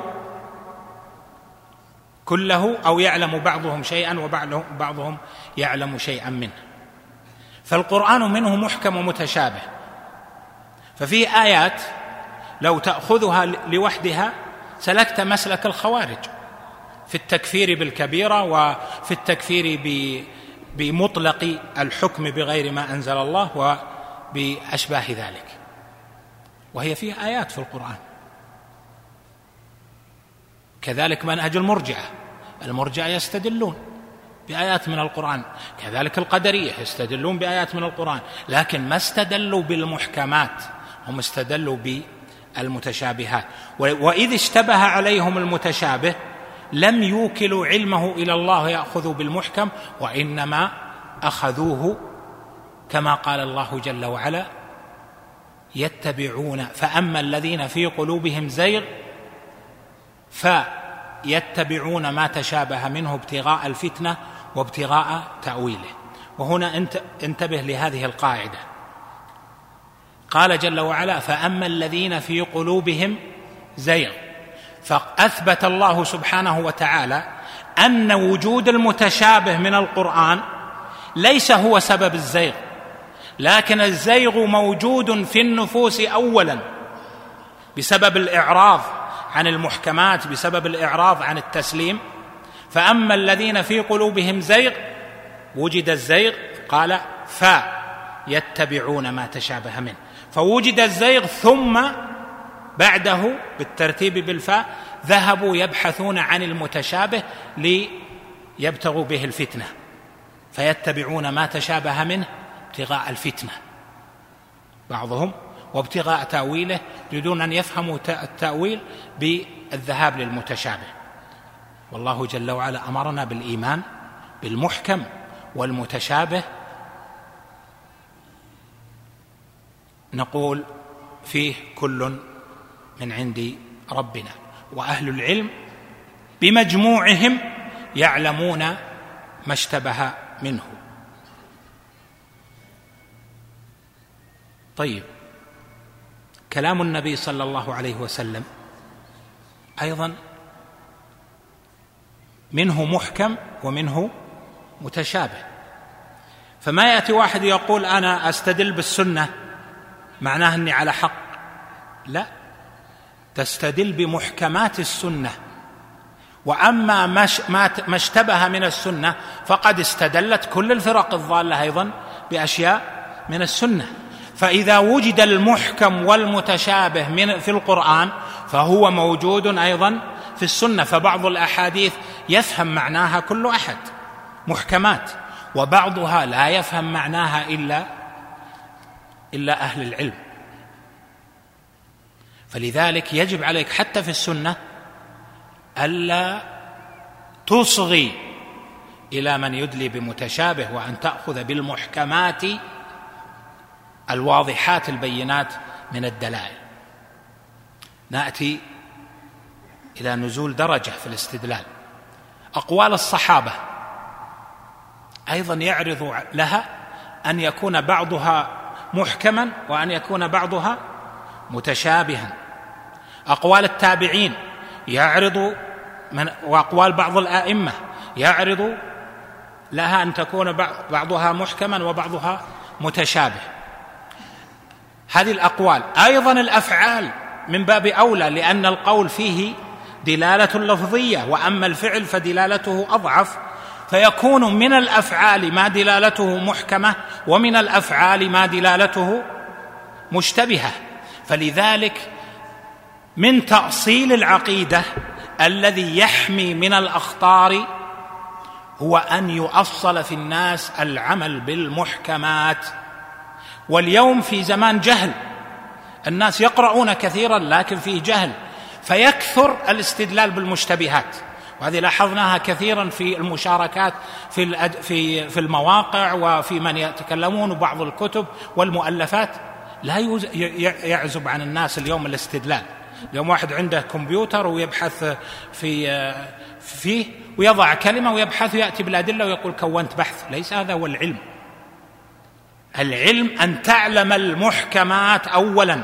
كله، أو يعلم بعضهم شيئا وبعضهم يعلم شيئا منه. فالقرآن منه محكم ومتشابه، ففيه آيات لو تأخذها لوحدها سلكت مسلك الخوارج في التكفير بالكبيرة وفي التكفير بمطلق الحكم بغير ما أنزل الله وبأشباه ذلك، وهي فيه آيات في القرآن. كذلك منهج المرجئة يستدلون بآيات من القرآن، كذلك القدرية يستدلون بآيات من القرآن، لكن ما استدلوا بالمحكمات، هم استدلوا بالمتشابهات. وإذ اشتبه عليهم المتشابه لم يوكلوا علمه إلى الله يأخذوا بالمحكم، وإنما أخذوه كما قال الله جل وعلا: يتبعون فأما الذين في قلوبهم زيغ فيتبعون ما تشابه منه ابتغاء الفتنة وابتغاء تأويله. وهنا انتبه لهذه القاعدة، قال جل وعلا: فأما الذين في قلوبهم زيغ، فأثبت الله سبحانه وتعالى أن وجود المتشابه من القرآن ليس هو سبب الزيغ، لكن الزيغ موجود في النفوس أولا بسبب الإعراض عن المحكمات، بسبب الإعراض عن التسليم. فأما الذين في قلوبهم زيغ، وجد الزيغ قال فيتبعون ما تشابه منه، فوجد الزيغ ثم بعده بالترتيب بالفاء ذهبوا يبحثون عن المتشابه ليبتغوا به الفتنة، فيتبعون ما تشابه منه ابتغاء الفتنة بعضهم وابتغاء تأويله، يريدون أن يفهموا التأويل بالذهاب للمتشابه. والله جل وعلا أمرنا بالإيمان بالمحكم والمتشابه، نقول فيه كل من عند ربنا، وأهل العلم بمجموعهم يعلمون ما اشتبه منه. طيب، كلام النبي صلى الله عليه وسلم أيضا منه محكم ومنه متشابه، فما يأتي واحد يقول أنا أستدل بالسنة معناه أني على حق، لا، تستدل بمحكمات السنة، وأما ما اشتبه من السنة فقد استدلت كل الفرق الضالة أيضا بأشياء من السنة. فإذا وجد المحكم والمتشابه في القرآن فهو موجود أيضا في السنة، فبعض الأحاديث يفهم معناها كل أحد محكمات، وبعضها لا يفهم معناها إلا أهل العلم. فلذلك يجب عليك حتى في السنة ألا تصغي إلى من يدلي بمتشابه، وأن تأخذ بالمحكمات الواضحات البينات من الدلائل. نأتي إلى نزول درجة في الاستدلال. أقوال الصحابة أيضا يعرض لها أن يكون بعضها محكما وأن يكون بعضها متشابها. أقوال التابعين يعرض وأقوال بعض الآئمة يعرض لها أن تكون بعضها محكما وبعضها متشابه. هذه الأقوال. أيضا الأفعال من باب أولى، لأن القول فيه دلالة لفظية، وأما الفعل فدلالته أضعف، فيكون من الأفعال ما دلالته محكمة ومن الأفعال ما دلالته مشتبهة. فلذلك من تأصيل العقيدة الذي يحمي من الأخطار هو أن يؤصل في الناس العمل بالمحكمات. واليوم في زمان جهل، الناس يقرؤون كثيرا لكن فيه جهل، فيكثر الاستدلال بالمشتبهات، وهذه لاحظناها كثيرا في المشاركات في المواقع وفي من يتكلمون، وبعض الكتب والمؤلفات. لا يعزب عن الناس اليوم الاستدلال. اليوم واحد عنده كمبيوتر ويبحث فيه ويضع كلمة ويبحث ويأتي بالأدلة ويقول كونت بحث. ليس هذا هو العلم. العلم أن تعلم المحكمات أولا،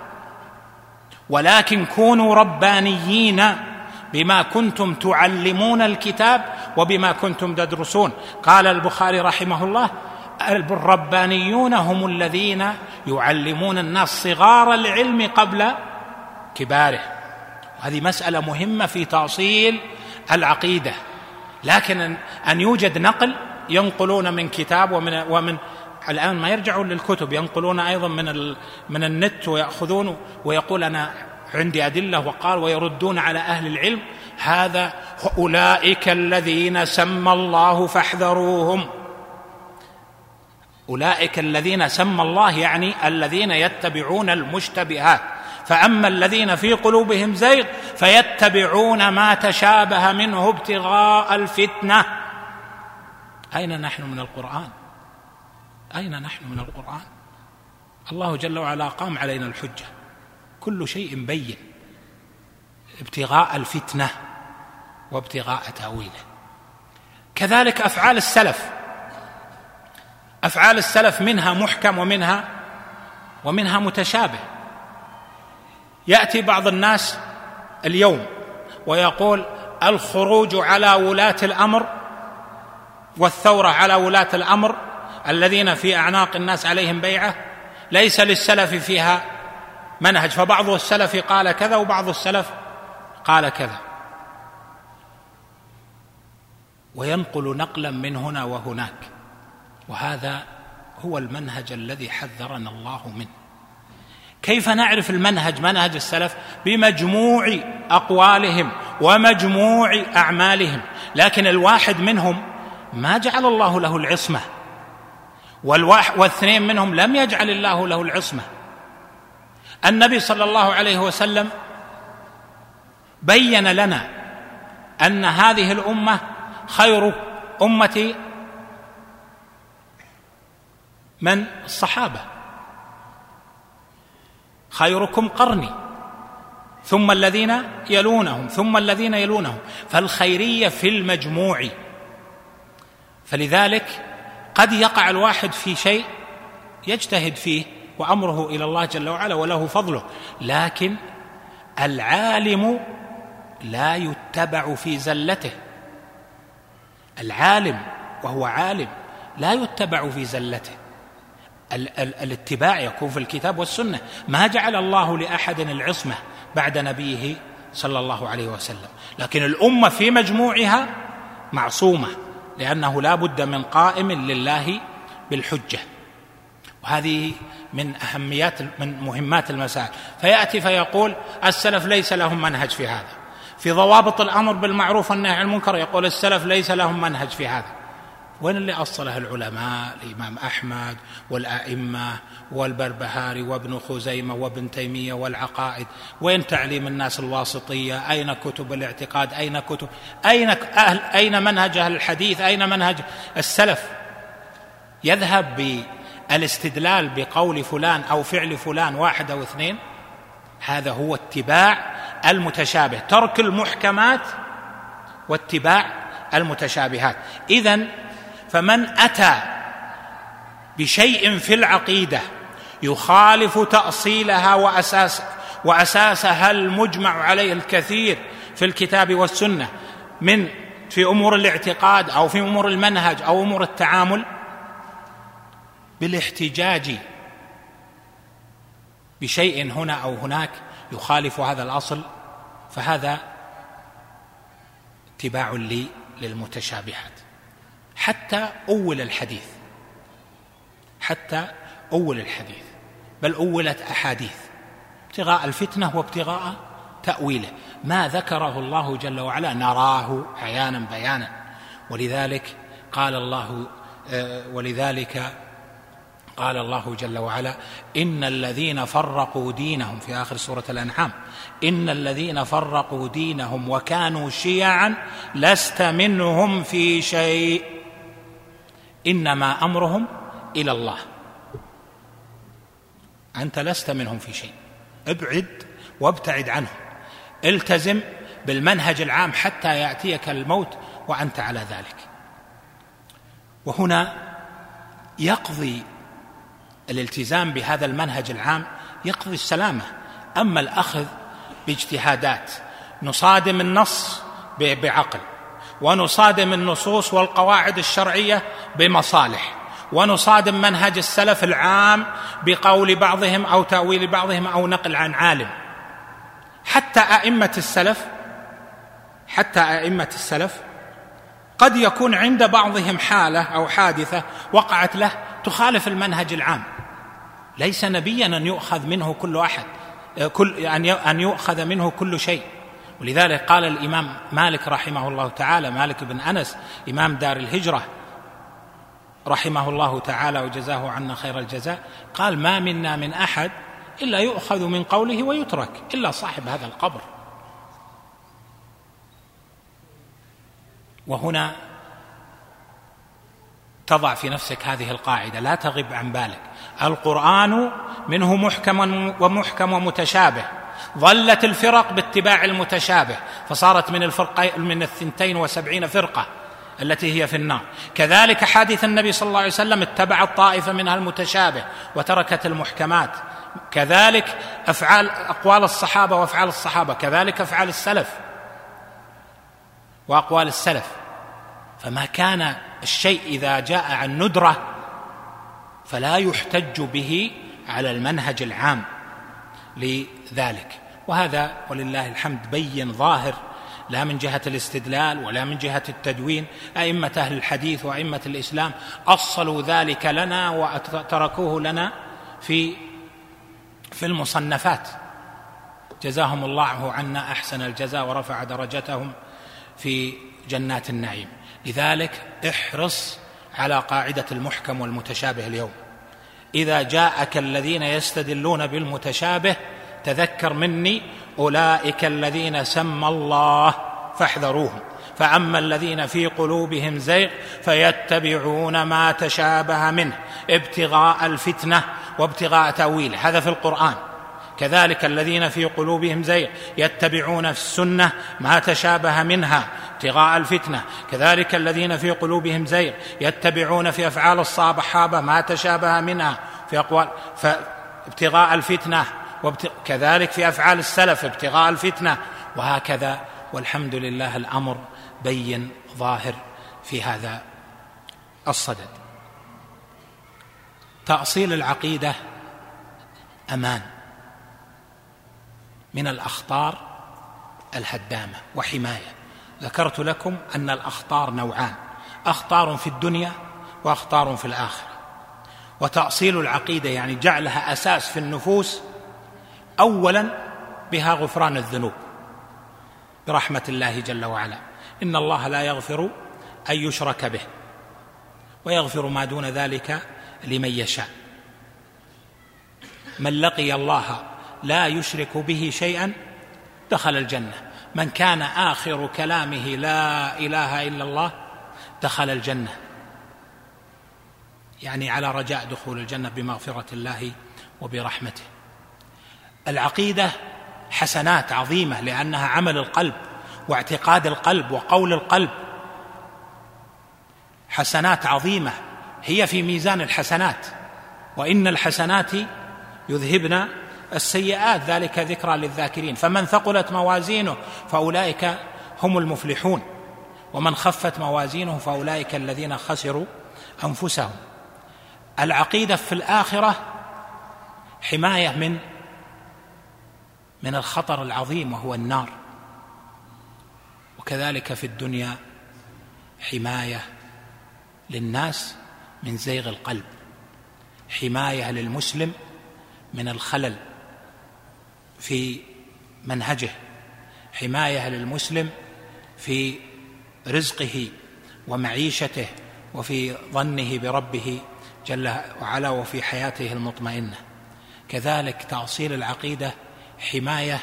ولكن كونوا ربانيين بما كنتم تعلمون الكتاب وبما كنتم تدرسون. قال البخاري رحمه الله: الربانيون هم الذين يعلمون الناس صغار العلم قبل كباره. هذه مسألة مهمة في تأصيل العقيدة. لكن أن يوجد نقل ينقلون من كتاب ومن الآن ما يرجعون للكتب، ينقلون أيضا من النت ويأخذون ويقول أنا عندي أدلة وقال، ويردون على أهل العلم. هذا أولئك الذين سمى الله فاحذروهم. أولئك الذين سمى الله يعني الذين يتبعون المشتبهات. فأما الذين في قلوبهم زيغ فيتبعون ما تشابه منه ابتغاء الفتنة. أين نحن من القرآن؟ أين نحن من القرآن؟ الله جل وعلا قام علينا الحجة، كل شيء بين، ابتغاء الفتنة وابتغاء تأويله. كذلك أفعال السلف. أفعال السلف منها محكم ومنها متشابه. يأتي بعض الناس اليوم ويقول الخروج على ولاة الأمر والثورة على ولاة الأمر الذين في أعناق الناس عليهم بيعة ليس للسلف فيها منهج، فبعض السلف قال كذا وبعض السلف قال كذا، وينقل نقلا من هنا وهناك. وهذا هو المنهج الذي حذرنا الله منه. كيف نعرف المنهج، منهج السلف؟ بمجموع أقوالهم ومجموع أعمالهم. لكن الواحد منهم ما جعل الله له العصمة، والاثنين منهم لم يجعل الله له العصمة. النبي صلى الله عليه وسلم بين لنا أن هذه الأمة خير أمتي من الصحابة، خيركم قرني ثم الذين يلونهم ثم الذين يلونهم، فالخيرية في المجموع. فلذلك قد يقع الواحد في شيء يجتهد فيه وأمره إلى الله جل وعلا وله فضله، لكن العالم لا يتبع في زلته. العالم وهو عالم لا يتبع في زلته. الاتباع يكون في الكتاب والسنة. ما جعل الله لأحد العصمة بعد نبيه صلى الله عليه وسلم، لكن الأمة في مجموعها معصومة، لأنه لا بد من قائم لله بالحجة. وهذه من مهمات المسائل. فيأتي فيقول السلف ليس لهم منهج في هذا. في ضوابط الأمر بالمعروف والنهي عن المنكر يقول السلف ليس لهم منهج في هذا. وين اللي أصله العلماء؟ الإمام أحمد والأئمة والبربهاري وابن خزيمة وابن تيمية والعقائد. وين تعليم الناس الواسطية؟ أين كتب الاعتقاد؟ أين منهج أهل الحديث؟ أين منهج السلف؟ يذهب بالاستدلال بقول فلان أو فعل فلان واحد أو اثنين. هذا هو اتباع المتشابه، ترك المحكمات واتباع المتشابهات. إذن فمن أتى بشيء في العقيدة يخالف تأصيلها وأساسها المجمع عليه الكثير في الكتاب والسنة في أمور الاعتقاد أو في أمور المنهج أو أمور التعامل، بالاحتجاج بشيء هنا أو هناك يخالف هذا الأصل، فهذا اتباع للمتشابهات. حتى أول الحديث بل أولت أحاديث ابتغاء الفتنة وابتغاء تأويله، ما ذكره الله جل وعلا نراه عيانا بيانا. ولذلك قال الله جل وعلا: إن الذين فرقوا دينهم، في آخر سورة الأنعام: إن الذين فرقوا دينهم وكانوا شيعا لست منهم في شيء إنما أمرهم إلى الله. أنت لست منهم في شيء، ابعد وابتعد عنهم، التزم بالمنهج العام حتى يأتيك الموت وأنت على ذلك. وهنا يقضي الالتزام بهذا المنهج العام يقضي السلامة. أما الأخذ باجتهادات، نصادم النص بعقل، ونصادم النصوص والقواعد الشرعية بمصالح، ونصادم منهج السلف العام بقول بعضهم أو تأويل بعضهم أو نقل عن عالم. حتى أئمة السلف قد يكون عند بعضهم حالة أو حادثة وقعت له تخالف المنهج العام، ليس نبيا أن يؤخذ منه كل أحد، أن يؤخذ منه كل شيء. ولذلك قال الإمام مالك رحمه الله تعالى، مالك بن أنس إمام دار الهجرة رحمه الله تعالى وجزاه عنا خير الجزاء، قال: ما منا من أحد إلا يؤخذ من قوله ويترك إلا صاحب هذا القبر. وهنا تضع في نفسك هذه القاعدة، لا تغب عن بالك: القرآن منه محكم ومتشابه، ظلت الفرق باتباع المتشابه فصارت من 72 فرقة التي هي في النار. كذلك حديث النبي صلى الله عليه وسلم اتبعت طائفة منها المتشابه وتركت المحكمات. كذلك أقوال الصحابة وأفعال الصحابة، كذلك أفعال السلف وأقوال السلف. فما كان الشيء إذا جاء عن ندرة فلا يحتج به على المنهج العام لذلك. وهذا ولله الحمد بين ظاهر، لا من جهة الاستدلال ولا من جهة التدوين. أئمة أهل الحديث وأئمة الإسلام أصلوا ذلك لنا وتركوه لنا في المصنفات، جزاهم الله عنا أحسن الجزاء ورفع درجتهم في جنات النعيم. لذلك احرص على قاعدة المحكم والمتشابه اليوم. إذا جاءك الذين يستدلون بالمتشابه تذكر مني: أولئك الذين سمى الله فاحذروهم، فأما الذين في قلوبهم زيغ فيتبعون ما تشابه منه ابتغاء الفتنة وابتغاء تأويله، هذا في القرآن. كذلك الذين في قلوبهم زيغ يتبعون في السنة ما تشابه منها ابتغاء الفتنة. كذلك الذين في قلوبهم زيغ يتبعون في أفعال الصحابة ما تشابه منها في أقوال ابتغاء الفتنة، كذلك في أفعال السلف ابتغاء الفتنة، وهكذا. والحمد لله الأمر بين ظاهر في هذا الصدد. تأصيل العقيدة أمان من الأخطار الهدامة وحماية. ذكرت لكم أن الأخطار نوعان: أخطار في الدنيا وأخطار في الآخرة. وتأصيل العقيدة يعني جعلها أساس في النفوس، أولا بها غفران الذنوب برحمة الله جل وعلا. إن الله لا يغفر أن يشرك به ويغفر ما دون ذلك لمن يشاء. من لقي الله لا يشرك به شيئا دخل الجنة. من كان آخر كلامه لا إله إلا الله دخل الجنة، يعني على رجاء دخول الجنة بمغفرة الله وبرحمته. العقيدة حسنات عظيمة لأنها عمل القلب واعتقاد القلب وقول القلب، حسنات عظيمة هي في ميزان الحسنات. وإن الحسنات يذهبن السيئات، ذلك ذكرى للذاكرين. فمن ثقلت موازينه فأولئك هم المفلحون، ومن خفت موازينه فأولئك الذين خسروا أنفسهم. العقيدة في الآخرة حماية من الخطر العظيم وهو النار، وكذلك في الدنيا حماية للناس من زيغ القلب، حماية للمسلم من الخلل في منهجه، حماية للمسلم في رزقه ومعيشته وفي ظنه بربه جل وعلا وفي حياته المطمئنة. كذلك تأصيل العقيدة حماية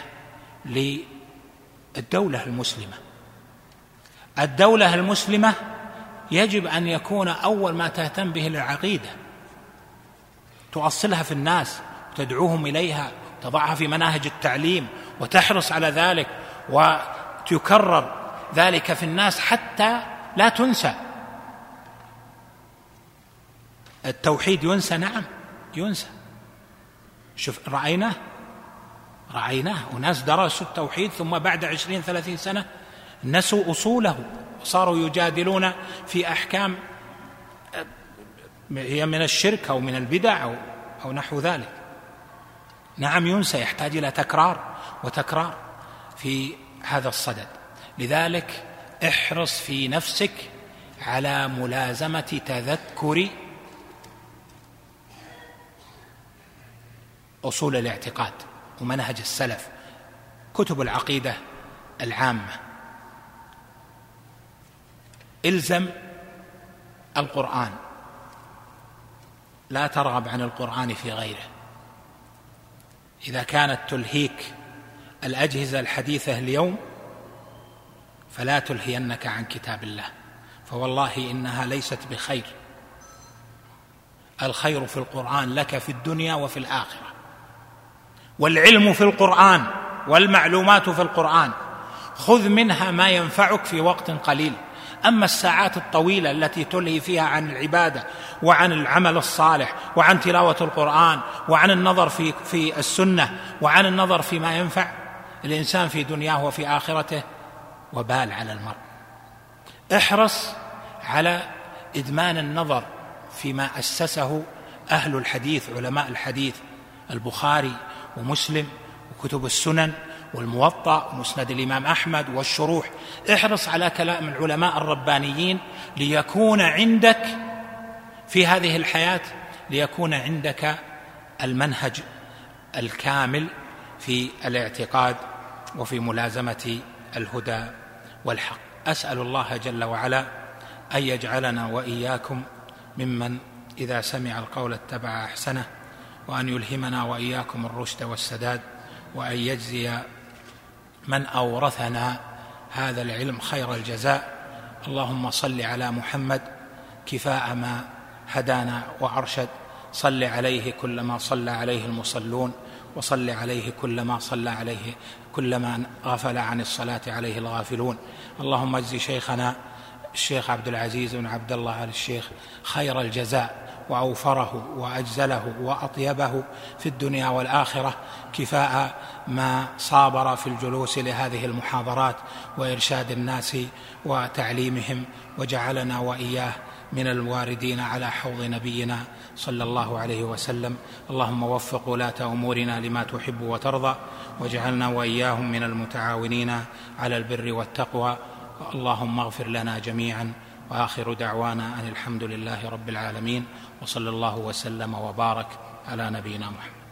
للدولة المسلمة. الدولة المسلمة يجب أن يكون أول ما تهتم به العقيدة، تؤصلها في الناس وتدعوهم إليها، تضعها في مناهج التعليم وتحرص على ذلك وتكرر ذلك في الناس حتى لا تنسى. التوحيد ينسى؟ نعم ينسى. شوف رأيناه وناس درسوا التوحيد ثم بعد 20-30 سنة نسوا أصوله وصاروا يجادلون في أحكام هي من الشرك أو من البدع أو نحو ذلك. نعم ينسى، يحتاج إلى تكرار وتكرار في هذا الصدد. لذلك احرص في نفسك على ملازمة تذكر أصول الاعتقاد ومنهج السلف، كتب العقيدة العامة. الزم القرآن، لا ترغب عن القرآن في غيره. إذا كانت تلهيك الأجهزة الحديثة اليوم فلا تلهينك عن كتاب الله، فوالله إنها ليست بخير. الخير في القرآن لك في الدنيا وفي الآخرة، والعلم في القرآن والمعلومات في القرآن، خذ منها ما ينفعك في وقت قليل. أما الساعات الطويلة التي تلهي فيها عن العبادة وعن العمل الصالح وعن تلاوة القرآن وعن النظر في السنة وعن النظر فيما ينفع الإنسان في دنياه وفي آخرته، وبال على المرء. احرص على إدمان النظر فيما أسسه أهل الحديث، علماء الحديث، البخاري ومسلم وكتب السنن والموطأ ومسند الإمام أحمد والشروح. احرص على كلام العلماء الربانيين ليكون عندك في هذه الحياة، ليكون عندك المنهج الكامل في الاعتقاد وفي ملازمة الهدى والحق. أسأل الله جل وعلا أن يجعلنا وإياكم ممن إذا سمع القول اتبع أحسنه، وأن يلهمنا وإياكم الرشد والسداد، وأن يجزي من أورثنا هذا العلم خير الجزاء. اللهم صل على محمد كفاء ما هدانا وأرشد، صل عليه كلما صلى عليه المصلون، وصل عليه كلما غفل عن الصلاة عليه الغافلون. اللهم اجزي شيخنا الشيخ عبد العزيز بن عبد الله آل الشيخ خير الجزاء، وأوفره وأجزله وأطيبه في الدنيا والآخرة، كفاء ما صابر في الجلوس لهذه المحاضرات وإرشاد الناس وتعليمهم، وجعلنا وإياه من الواردين على حوض نبينا صلى الله عليه وسلم. اللهم وفق ولاة أمورنا لما تحب وترضى، واجعلنا وإياهم من المتعاونين على البر والتقوى. اللهم اغفر لنا جميعا، وآخر دعوانا أن الحمد لله رب العالمين، وصلى الله وسلم وبارك على نبينا محمد.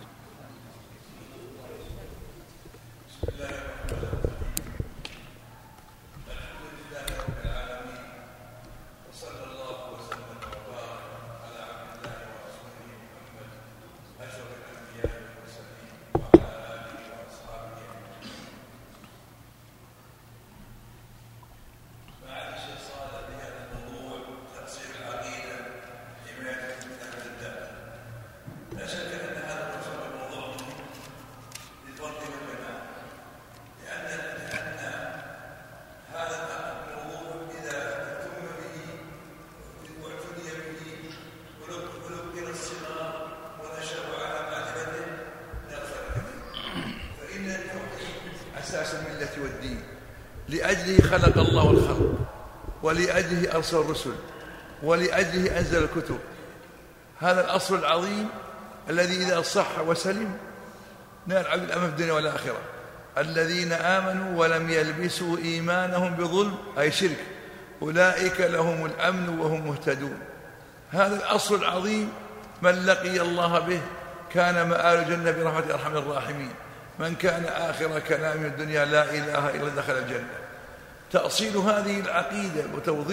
والدين. لأجله خلق الله الخلق، ولأجله أرسل الرسل، ولأجله أنزل الكتب. هذا الأصل العظيم الذي إذا صح وسلم نال عبد الأمن في الدنيا والآخرة. الذين آمنوا ولم يلبسوا إيمانهم بظلم أي شرك أولئك لهم الأمن وهم مهتدون. هذا الأصل العظيم من لقي الله به كان مآل الجنة برحمة أرحم الراحمين. من كان آخر كلام الدنيا لا إله إلا دخل الجنة. تأصيل هذه العقيدة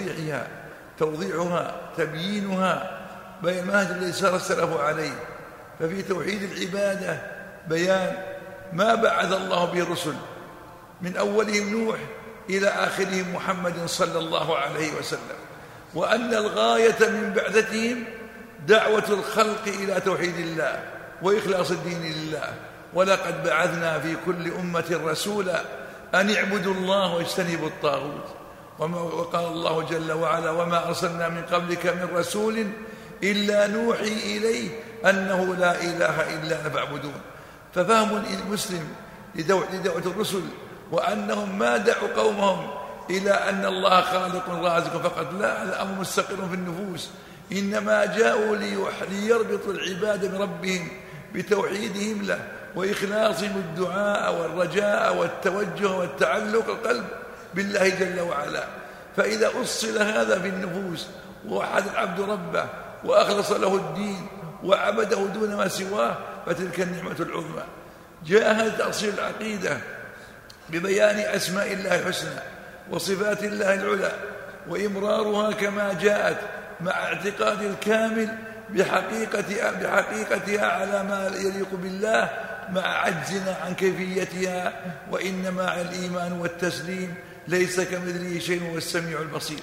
توضيحها تبيينها بين المنهج الذي سار السلف عليه. ففي توحيد العبادة بيان ما بعث الله به الرسل من أولهم نوح إلى آخرهم محمد صلى الله عليه وسلم، وأن الغاية من بعثتهم دعوة الخلق إلى توحيد الله وإخلاص الدين لله. ولقد بعثنا في كل أمة رسولا أن اعبدوا الله واجتنبوا الطاغوت. وقال الله جل وعلا وما أرسلنا من قبلك من رسول إلا نوحي إليه أنه لا إله إلا أنا فاعبدون. ففهم المسلم لدعوة الرسل وأنهم ما دعوا قومهم إلى أن الله خالق رازق فقط، لا، هذا أمر مستقر في النفوس. إنما جاءوا ليربطوا العباد بربهم بتوحيدهم له وإخلاصهم الدعاء والرجاء والتوجه والتعلق القلب بالله جل وعلا. فإذا أصل هذا في النفوس ووحد العبد ربه وأخلص له الدين وعبده دون ما سواه فتلك النعمة العظمى. جاء هذا تأصيل العقيدة ببيان أسماء الله الحسنى وصفات الله العلى وإمرارها كما جاءت مع اعتقاد الكامل بحقيقتها على ما يليق بالله مع عجزنا عن كيفيتها. وإنما على الإيمان والتسليم ليس كمثله شيء وهو السميع البصير.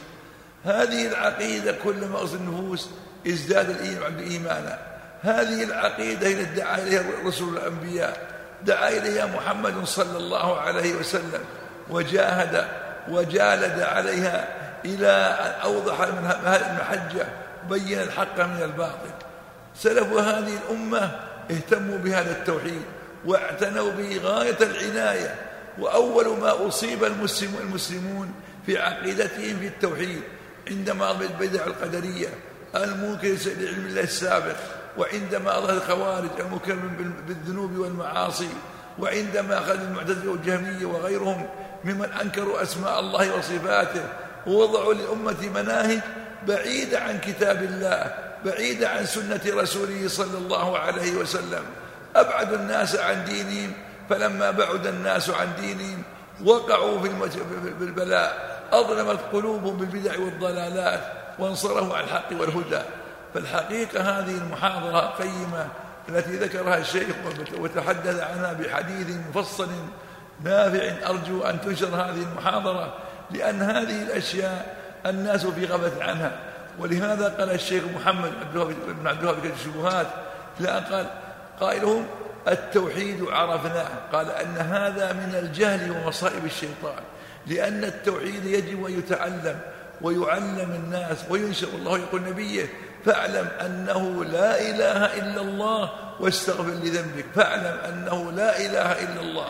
هذه العقيدة كلما أصل النفوس ازداد العبد إيمانا. هذه العقيدة التي دعا إليها الرسل الأنبياء، دعا إليها محمد صلى الله عليه وسلم وجاهد وجالد عليها إلى أن أوضح المحجة وبين الحق من الباطل. سلف هذه الأمة اهتموا بهذا التوحيد واعتنوا به غاية العناية. وأول ما أصيب المسلمون في عقيدتهم في التوحيد عندما البدع القدرية المنكر لعلم الله السابق، وعندما أظهر الخوارج المنكر بالذنوب والمعاصي، وعندما أخذ المعتزلة والجهمية وغيرهم ممن أنكروا أسماء الله وصفاته ووضعوا للأمة مناهج بعيدة عن كتاب الله بعيدة عن سنة رسوله صلى الله عليه وسلم. أبعد الناس عن دينهم، فلما بعد الناس عن دينهم وقعوا في البلاء، أظلمت قلوبهم بالبدع والضلالات وانصرفوا عن الحق والهدى. فالحقيقة هذه المحاضرة قيمة التي ذكرها الشيخ وتحدث عنها بحديث مفصل نافع. أرجو أن تنشر هذه المحاضرة لأن هذه الأشياء الناس في غفلة عنها. ولهذا قال الشيخ محمد بن عبد الوهاب في الشبهات لأن قال قائلهم التوحيد عرفناه، قال أن هذا من الجهل ومصائب الشيطان، لأن التوحيد يجب أن يتعلم ويعلم الناس وينشر. الله يقول نبيه فاعلم أنه لا إله إلا الله واستغفر لذنبك، فاعلم أنه لا إله إلا الله.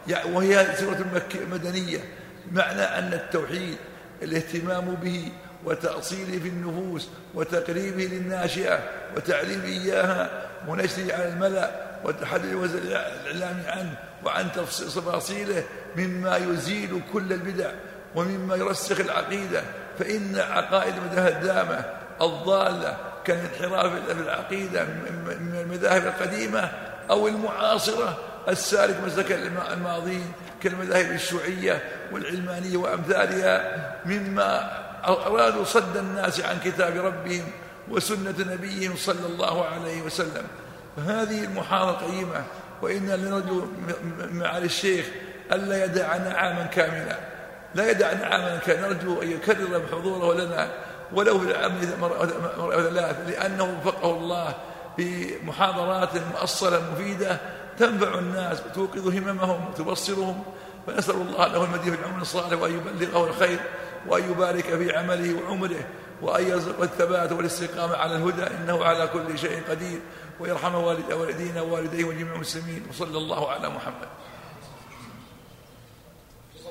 وهي سورة مدنية. معنى أن التوحيد الاهتمام به وتأصيله في النفوس وتقريبه للناشئة وتعليم إياها ونشره على الملأ والتحدث والإعلام عنه وعن تفاصيله مما يزيل كل البدع ومما يرسخ العقيدة. فإن عقائد الهدامة الضالة كالانحراف في العقيدة من المذاهب القديمة أو المعاصرة السالك مسلك الماضين كالمذاهب الشيوعية والعلمانية وأمثالها مما أرادوا صد الناس عن كتاب ربهم وسنة نبيهم صلى الله عليه وسلم. فهذه المحاضرة قيمة، وإنا لنرجو معالي الشيخ ألا يدعنا عاما كاملا، لا يدعنا عاما كاملا، نرجو أن يكرر بحضوره لنا ولو في العام مرة ثلاث، لأنه وفقه الله بمحاضرات مؤصلة مفيدة تنفع الناس وتوقظ هممهم وتبصرهم. فنسأل الله له المزيد في العمر الصالح وأن يبلغه الخير وأن يبارك في عمله وعمره وأن يرزق الثبات والاستقامة على الهدى، إنه على كل شيء قدير، ويرحم والدينا ووالديه وجميع المسلمين. وصلى الله على محمد.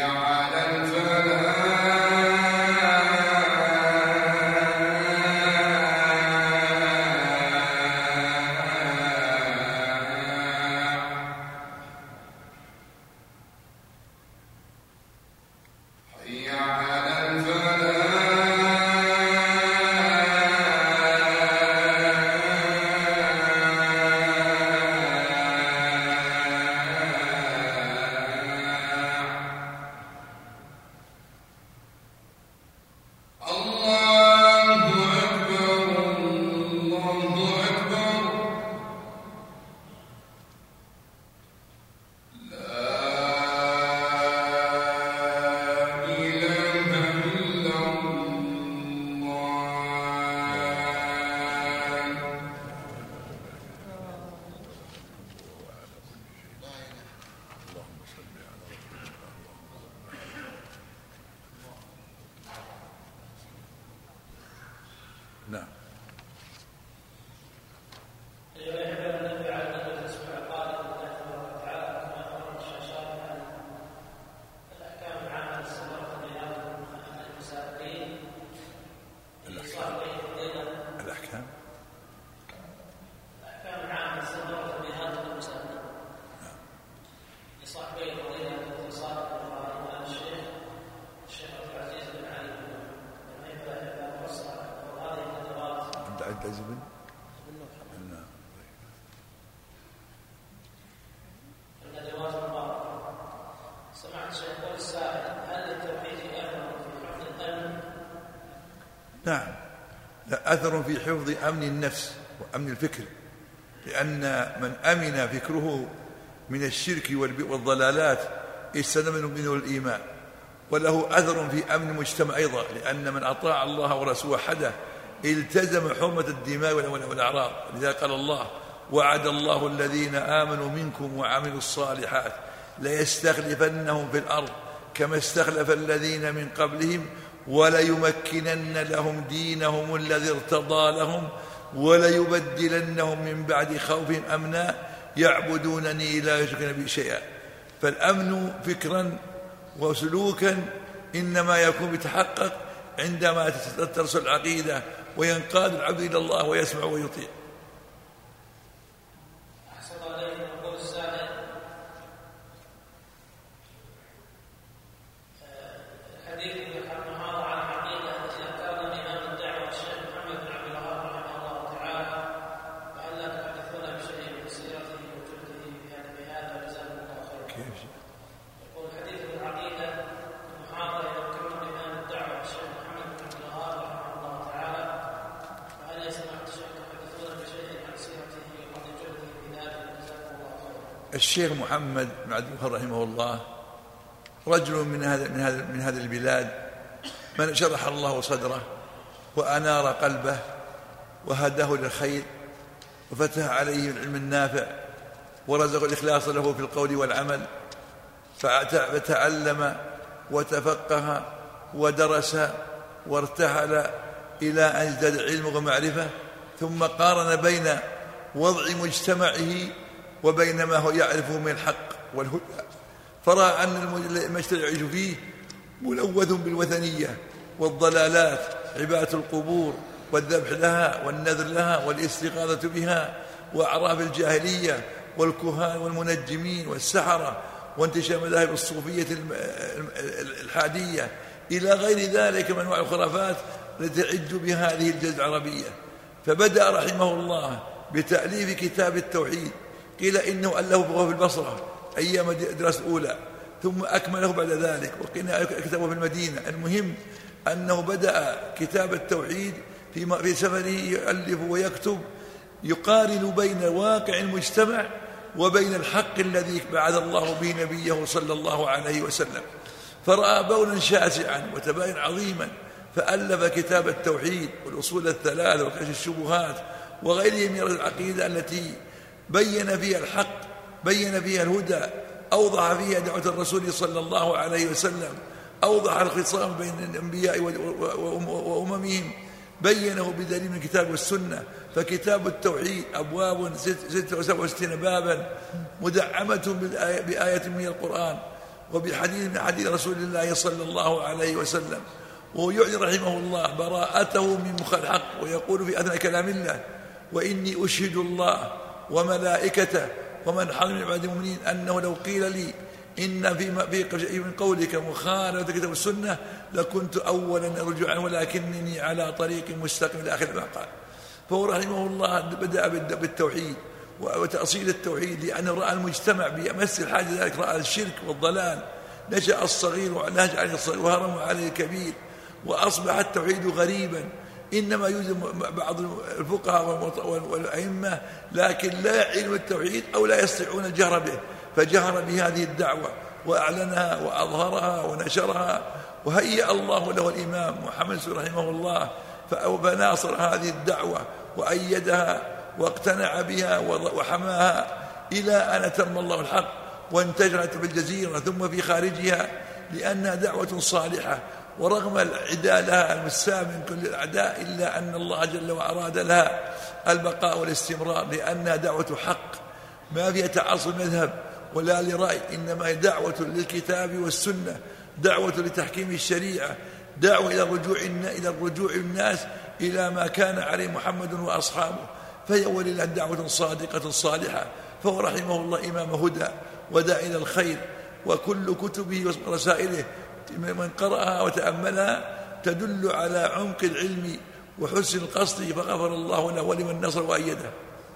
نعم. الأحكام العامة الصادرة بهذا المسابقة لصاحبي الفضيلة الاقتصاد والقائمة الشيخ عبد العزيز بن علي بن وصل هذه الندوات عبد العزيز بن الندوات المباركة. سمعت الشيخ يقول السائل: هل التوحيد أثر في حفظ الأمن؟ نعم، لا أثر في حفظ أمن النفس وأمن الفكر، لأن من أمن فكره من الشرك والضلالات استلم منه الإيمان، وله أثر في أمن المجتمع أيضا، لأن من أطاع الله ورسوله وحده التزم حرمة الدماء والأعراض. لذلك قال الله: وعد الله الذين آمنوا منكم وعملوا الصالحات ليستخلفنهم في الأرض كما استخلف الذين من قبلهم وليمكنن لهم دينهم الذي ارتضى لهم وليبدلنهم من بعد خوفهم أمنا يعبدونني لا يشركون بي شيئا. فالأمن فكرا وسلوكا إنما يكون يتحقق عندما تترسل العقيدة وينقاد العبد إلى الله ويسمع ويطيع. الشيخ محمد بن عبد الوهاب رحمه الله رجل من هذه البلاد، من شرح الله صدره وأنار قلبه وهداه للخير وفتح عليه العلم النافع ورزق الإخلاص له في القول والعمل، فتعلم وتفقه ودرس وارتحل إلى أن ازداد علم ومعرفة، ثم قارن بين وضع مجتمعه وبين ما هو يعرفه من الحق والهدى، فرأى أن المجتمع يعيش فيه ملوث بالوثنية والضلالات، عبادة القبور والذبح لها والنذر لها والاستغاثة بها وأعراف الجاهلية والكهان والمنجمين والسحرة وانتشار مذاهب الصوفية الحادية إلى غير ذلك من أنواع الخرافات التي تعج بها هذه الجزيرة العربية. فبدأ رحمه الله بتأليف كتاب التوحيد، قيل إنه ألفه في البصرة أيام دراسة الأولى، ثم أكمله بعد ذلك وقيل كتبه في المدينة. المهم أنه بدأ كتاب التوحيد في سفره يؤلف ويكتب، يقارن بين واقع المجتمع وبين الحق الذي بعث الله به نبيه صلى الله عليه وسلم، فرأى بولا شاسعا وتباين عظيما، فألف كتاب التوحيد والأصول الثلاث وكشف الشبهات وغيرها من العقيدة التي بين فيها الحق، بين فيها الهدى، أوضح فيها دعوة الرسول صلى الله عليه وسلم، أوضح الخصام بين الأنبياء وأممهم، بينه بدليل من الكتاب والسنة. فكتاب التوحيد أبواب 66 بابا مدعمة بآية من القرآن، وبحديث من حديث رسول الله صلى الله عليه وسلم. ويعلن رحمه الله براءته من مخالف الحق، ويقول في أثناء كلام الله: وإني أشهد الله وملائكته ومن حضر من عباد المؤمنين أنه لو قيل لي إن في من قولك مخالفة الكتاب والسنة لكنت أولا رجوعا ولكنني على طريق مستقيم إلى آخر ما قال. فهو رحمه الله بدأ بالتوحيد وتأصيل التوحيد، لأنه رأى المجتمع بأمس الحاجة ذلك، رأى الشرك والضلال، نشأ الصغير ونهج عليه الصغير وهرم عليه الكبير، وأصبح التوحيد غريبا. إنما يوجد بعض الفقهاء والأئمة لكن لا علم التوحيد أو لا يستطيعون الجهر به، فجهر بهذه الدعوة وأعلنها وأظهرها ونشرها، وهيأ الله له الإمام محمد رحمه الله فناصر هذه الدعوة وأيدها واقتنع بها وحماها إلى أن أتم الله الحق وانتشرت في الجزيرة ثم في خارجها، لأنها دعوة صالحة. ورغم العداء لها المسام من كل الأعداء إلا أن الله جل وعلا أراد لها البقاء والاستمرار، لأنها دعوة حق ما فيها تعصب مذهب ولا لرأي، إنما هي دعوة للكتاب والسنة، دعوة لتحكيم الشريعة، دعوة إلى الرجوع الناس إلى ما كان عليه محمد وأصحابه. فهي ولله دعوة صادقة صالحة. فهو رحمه الله إمام هدى وداعي إلى الخير، وكل كتبه ورسائله من قرأها وتأملها تدل على عمق العلم وحسن القصد، فغفر الله له ولمن نصر وأيده.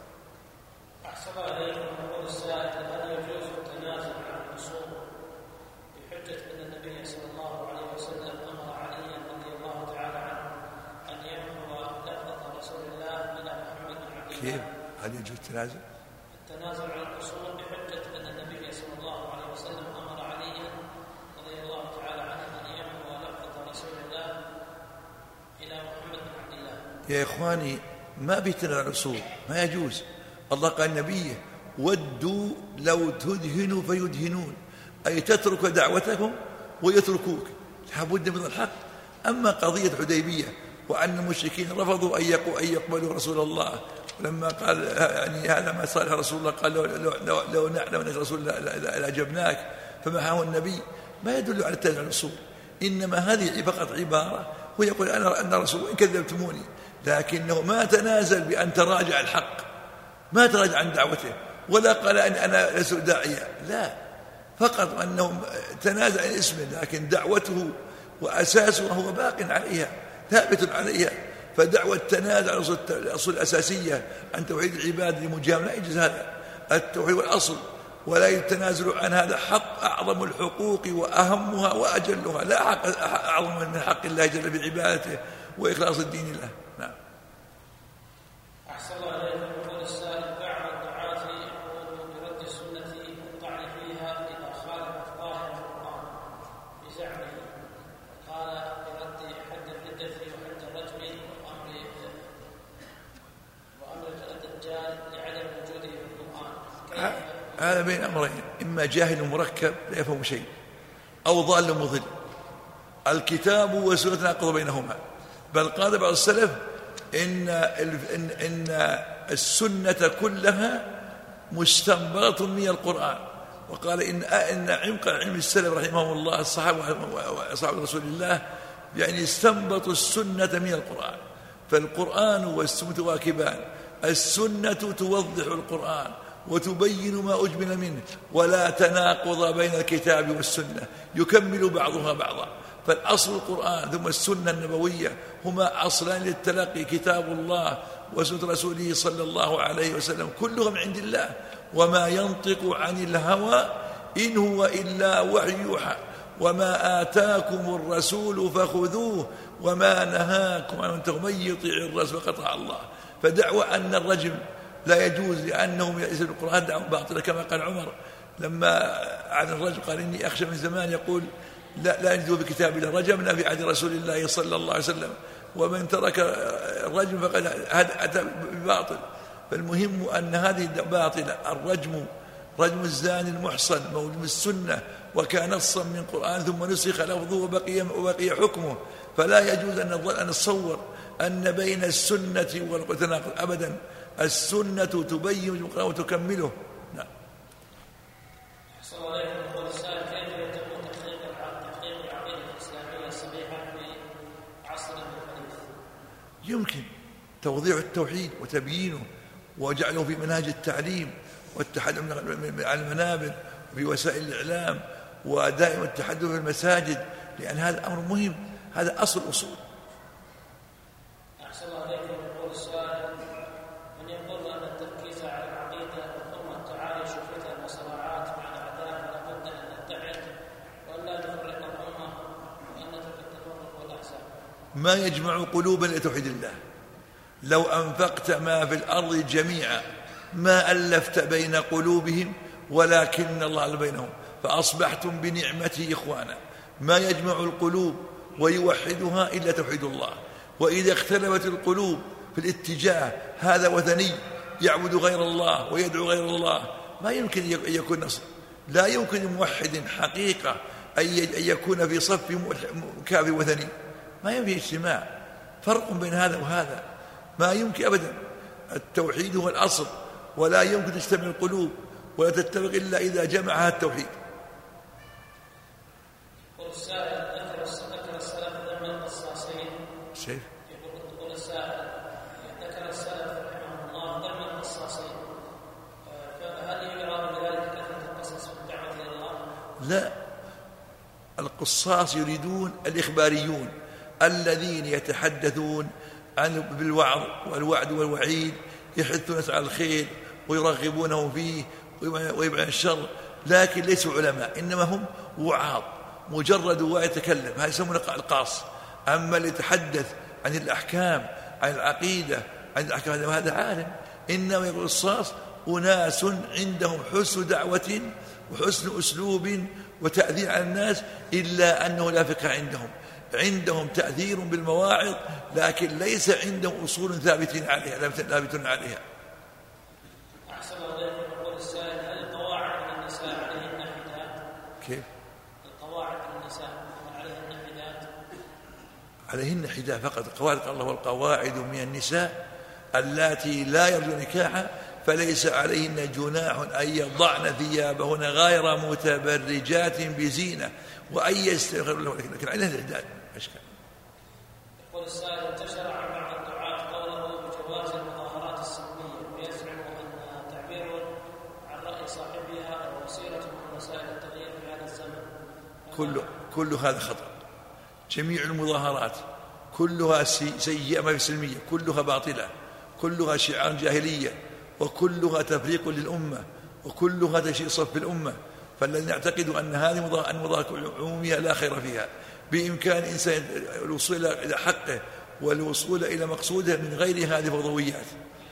أحسن عليكم يقول السائل: هل يجوز التنازل عن الأصول بحجة أن النبي صلى الله عليه وسلم أمر عليا رضي الله تعالى عنه أن يمحو لفظة رسول الله إلى محمد بن عبد الله؟
كيف؟ هل يجوز التنازل؟
التنازل عن الأصول بحجة أن النبي صلى الله عليه وسلم أمر عليا رضي الله تعالى عنه أن يمحو لفظة رسول الله إلى محمد بن عبد الله.
يا إخواني، ما بيتنازل عن الأصول، ما يجوز. الله قال نبيه: ودوا لو تدهنوا فيدهنون، أي تترك دعوتكم ويتركوك، لابد من الحق. أما قضية حديبية وأن المشركين رفضوا أن يقبلوا رسول الله، ولما قال يعني هذا ما صالح رسول الله، قال لو نعلم أنك رسول الله لأجبناك، فمحاه النبي، ما يدل على التنازل عن الأصول. إنما هذه فقط عبارة، ويقول أنا رسول وإن كذبتموني، لكنه ما تنازل بأن تراجع الحق، ما تراجع عن دعوته، ولا قال أنا لست داعيا، لا، فقط أنه تنازل عن اسمه، لكن دعوته وأساسه هو باق عليها ثابت عليها. فدعوة التنازل عن الأصول الأساسية عن توحيد العباد لمجاملة لا يجوز هذا. التوحيد والأصل ولا يتنازل عن هذا حق أعظم الحقوق وأهمها وأجلها، لا حق أعظم من حق الله جل بعبادته وإخلاص الدين له. نعم.
أحسن الله عليكم يقول السائل: بعض الدعاة يقول برد السنة والطعن فيها إذا خالفت ظاهر القرآن بزعمه، قال برد حد الردة وحد الرجم وأمر الدجال لعدم وجوده في القرآن.
هذا بين أمرين: إما جاهل مركب لا يفهم شيء، أو ضال مضل. الكتاب والسنة أقضى بينهما. بل قال بعض السلف إن السنة كلها مستنبطة من القرآن. وقال إن عمق علم السلف رحمهم الله الصحابة وأصحاب رسول الله يعني استنبطوا السنة من القرآن. فالقرآن والسنة متواكبان، السنة توضح القرآن وتبين ما أجمل منه، ولا تناقض بين الكتاب والسنة، يكمل بعضها بعضا. فالأصل القرآن ثم السنة النبوية هما أصلان للتلقي، كتاب الله وسنة رسوله صلى الله عليه وسلم، كلهم عند الله. وما ينطق عن الهوى إن هو إلا وحي يوحى، وما آتاكم الرسول فخذوه وما نهاكم عنه من يطيع الرسول فقد أطاع الله. فدعوى أن الرجم لا يجوز لأنه يئس القرآن دعوة باطلة، كما قال عمر لما عن الرجم قال: إني أخشى من زمان يقول لا نجد بكتاب الله، رجمنا في عهد رسول الله صلى الله عليه وسلم، ومن ترك الرجم فقد أتى بباطل. فالمهم أن هذه باطلة. الرجم رجم الزاني المحصن موجود السنة، وكان نصا من القرآن ثم نسخ لفظه وبقي حكمه. فلا يجوز أن نتصور أن بين السنة والتناقض أبدا. السنة تبين القرآن وتكمله. نعم.
صلى الله عليه وسلم. كيف يتم
يمكن توضيح التوحيد وتبيينه وجعله في منهج التعليم والتحدث على المنابر وفي وسائل الإعلام ودائما التحدث في المساجد، لأن هذا أمر مهم، هذا أصل الأصول.
أحسن الله إليكم. يقول السائل: من يقول أن التركيز على العقيدة ثم التعايش فتن وصراعات مع الأعداء لابد أن نبتعد وأن لا نفرق الأمة وأن نترك التفرق والأحزاب؟
ما يجمع قلوبا لتوحيد الله. لو أنفقت ما في الأرض جميعا ما ألفت بين قلوبهم ولكن الله ألف بينهم فأصبحتم بنعمته إخوانا. ما يجمع القلوب ويوحدها إلا توحيد الله. وإذا اختلفت القلوب في الاتجاه هذا وثني يعبد غير الله ويدعو غير الله ما يمكن أن يكون نصر. لا يمكن لموحد حقيقة أن يكون في صف كافر وثني، ما يمكن اجتماع، فرق بين هذا وهذا ما يمكن أبدا. التوحيد هو الأصل، ولا يمكن تجتمع القلوب ولا تتفق إلا إذا جمعها التوحيد.
والسائل: ذكر السلف ذم القصاصين.
شيء
يقول السائل: ذكر السلف رحمه الله ذم القصاصين، فهل يراد بذلك كثرة القصص في الدعوة إلى الله؟
لا، القصاص يريدون الإخباريون الذين يتحدثون بالوعظ والوعد والوعيد، يحثون على الخير ويرغبونه فيه ويبعد الشر، لكن ليسوا علماء، إنما هم وعاظ، مجرد ويتكلم، هذا يسمونه القاص. أما اللي يتحدث عن الأحكام، عن العقيدة، عن الأحكام، هذا عالم. إنما يقول القصاص أناس عندهم حسن دعوة وحسن أسلوب وتأثير على الناس، إلا أنه لا فقه عندهم تأثير بالمواعظ، لكن ليس عندهم أصول ثابتين عليها.
أحسن الله إليكم. يقول السائل: هل القواعد من النساء عليهن حداد؟
كيف؟
القواعد من النساء عليهن حداد؟
عليهن حداد فقط. القواعد قال الله: والقواعد من النساء اللاتي لا يرجون نكاحا فليس عليهن جناح أن يضعن ثيابهن غير متبرجات بزينة وأن يستغفرن لهن، لكن عليهن الحداد أشكال.
يقول السائل: انتشر عن بعض الدعاة قوله بجواز المظاهرات السلمية ويزعم أن تعبير عن رأي صاحبها وسيلة من وسائل التغيير في هذا الزمن.
كل هذا خطأ. جميع المظاهرات كلها سيئة ما في سلمية، كلها باطلة، كلها شعار جاهلية، وكلها تفريق للأمة، وكلها تشيء صف الأمة. فالذين يعتقدوا أن هذه المظاهرات عمومية لا خير فيها. بإمكان الإنسان الوصول إلى حقه والوصول إلى مقصوده من غير هذه الفضويات.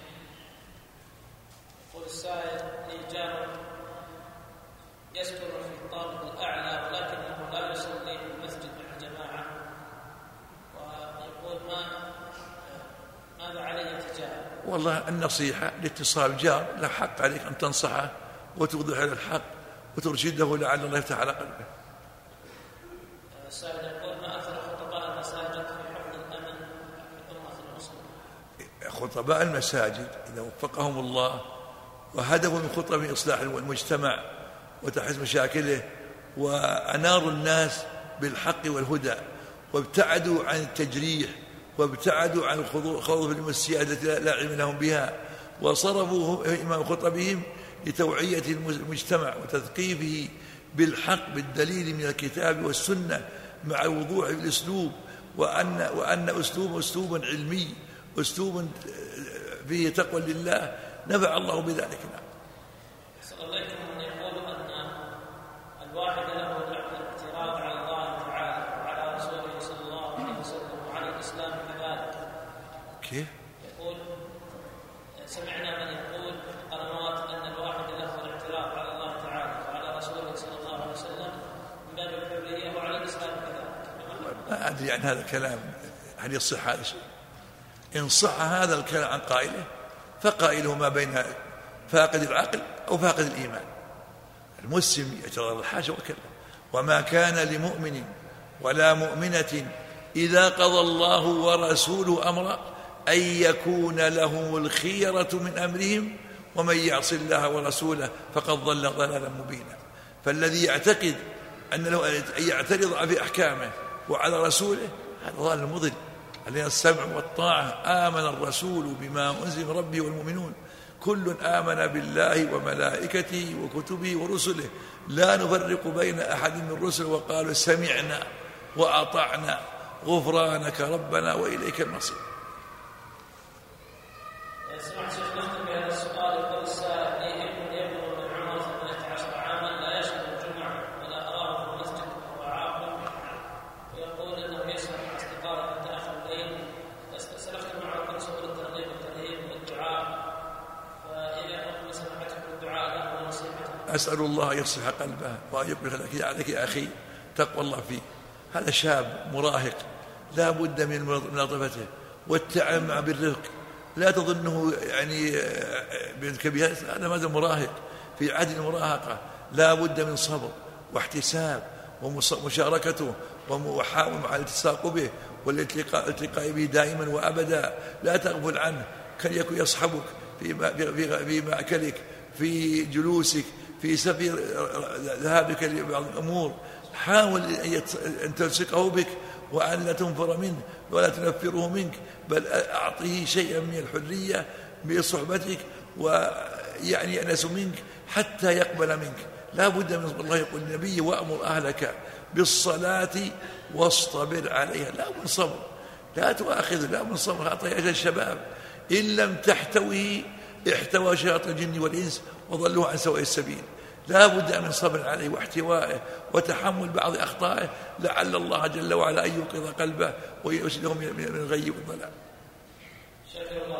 يقول السائل: رجال يسكن في الطابق الأعلى ولكنه لا يصلي في المسجد مع الجماعة، ويقول ماذا علي تجاهه؟
والله النصيحة لاتصال جار، لا حق عليك أن تنصحه وتوضح له الحق وترشده لعل الله يفتح على قلبه.
السائل يقول: ما أثر خطباء المساجد في حفظ الأمن في الأمة المسلمة؟
خطباء المساجد إذا وفقهم الله وهدفوا من خطبهم إصلاح المجتمع وتحسين مشاكله وأناروا الناس بالحق والهدى وابتعدوا عن التجريح وابتعدوا عن الخوض في المسيئات التي لا علم لهم بها، وصرفوا إمام خطبهم لتوعية المجتمع وتثقيفه بالحق بالدليل من الكتاب والسنة مع الوضوح في الأسلوب، وأن أسلوب علمي، أسلوب فيه تقوى لله، نفع الله بذلك.
أحسن إليكم. من يقول أن الواحد له الاعتراض على الله تعالى وعلى رسوله صلى الله عليه وسلم وعلى الإسلام كذلك.
كيف؟
يقول: سمعنا من يقول في القنوات أن الواحد له الاعتراض على الله تعالى وعلى رسوله صلى الله عليه وسلم من باب الحرية وعلى الإسلام كذلك.
ما أدري عن هذا الكلام هل يصح هذا الشيء. إن صح هذا الكلام عن قائله فقائله ما بين فاقد العقل أو فاقد الإيمان. المسلم يتضرر الحاجة وكلا. وما كان لمؤمن ولا مؤمنة إذا قضى الله ورسوله أمرا أن يكون لهم الخيرة من أمرهم ومن يعص الله ورسوله فقد ضل ضلالا مبينا. فالذي يعتقد أن له أن يعترض في أحكامه وعلى رسوله هذا ضال مضل. علينا السمع والطاعة. آمن الرسول بما أنزل من ربه والمؤمنون كل آمن بالله وملائكته وكتبه ورسله لا نفرق بين أحد من الرسل وقالوا سمعنا وأطعنا غفرانك ربنا وإليك المصير.
سمعت شيخ نختم بهذا السؤال. يقول السائل لي ابن يبلغ من عمره 18 عاما لا يشهد الجمعة ولا أراه في المسجد وهو عاقل، ويقول أنه يسهر مع أصدقائه حتى آخر الليل. سنختم معه كل سبل الترغيب والترهيب والدعاء، فإذا أقبل سماحتكم الدعاء له ونصيحته.
أسأل الله أن يصلح قلبه وأن يقبل عليك يا أخي تقوى الله فيه. هذا شاب مراهق لا بد من ملاطفته والتعامل معه بالرفق. لا تظنه يعني كبير، هذا ماذا مراهق في عهد المراهقة. لا بد من صبر واحتساب ومشاركته ومحاولة على الالتصاق به والالتقاء به دائما وأبدا. لا تغفل عنه، كان يكون يصحبك في مأكلك، في جلوسك، في سفر ذهابك لبعض الأمور. حاول أن تلصقه بك وأن لا تنفر منه ولا تنفره منك، بل أعطيه شيئا من الحرية بصحبتك ويعني أنس منك حتى يقبل منك. لا بد من الله. يقول النبي وأمر أهلك بالصلاة واصطبر عليها. لا من صبر، لا تؤاخذ، لا من صبر. أعطي أجل الشباب إن لم تحتوه احتوى شياطين الجن والإنس وضلوا عن سواء السبيل. لا بد من صبر عليه واحتوائه وتحمل بعض أخطائه لعل الله جل وعلا أن يوقظ قلبه ويرشده من الغي والضلال.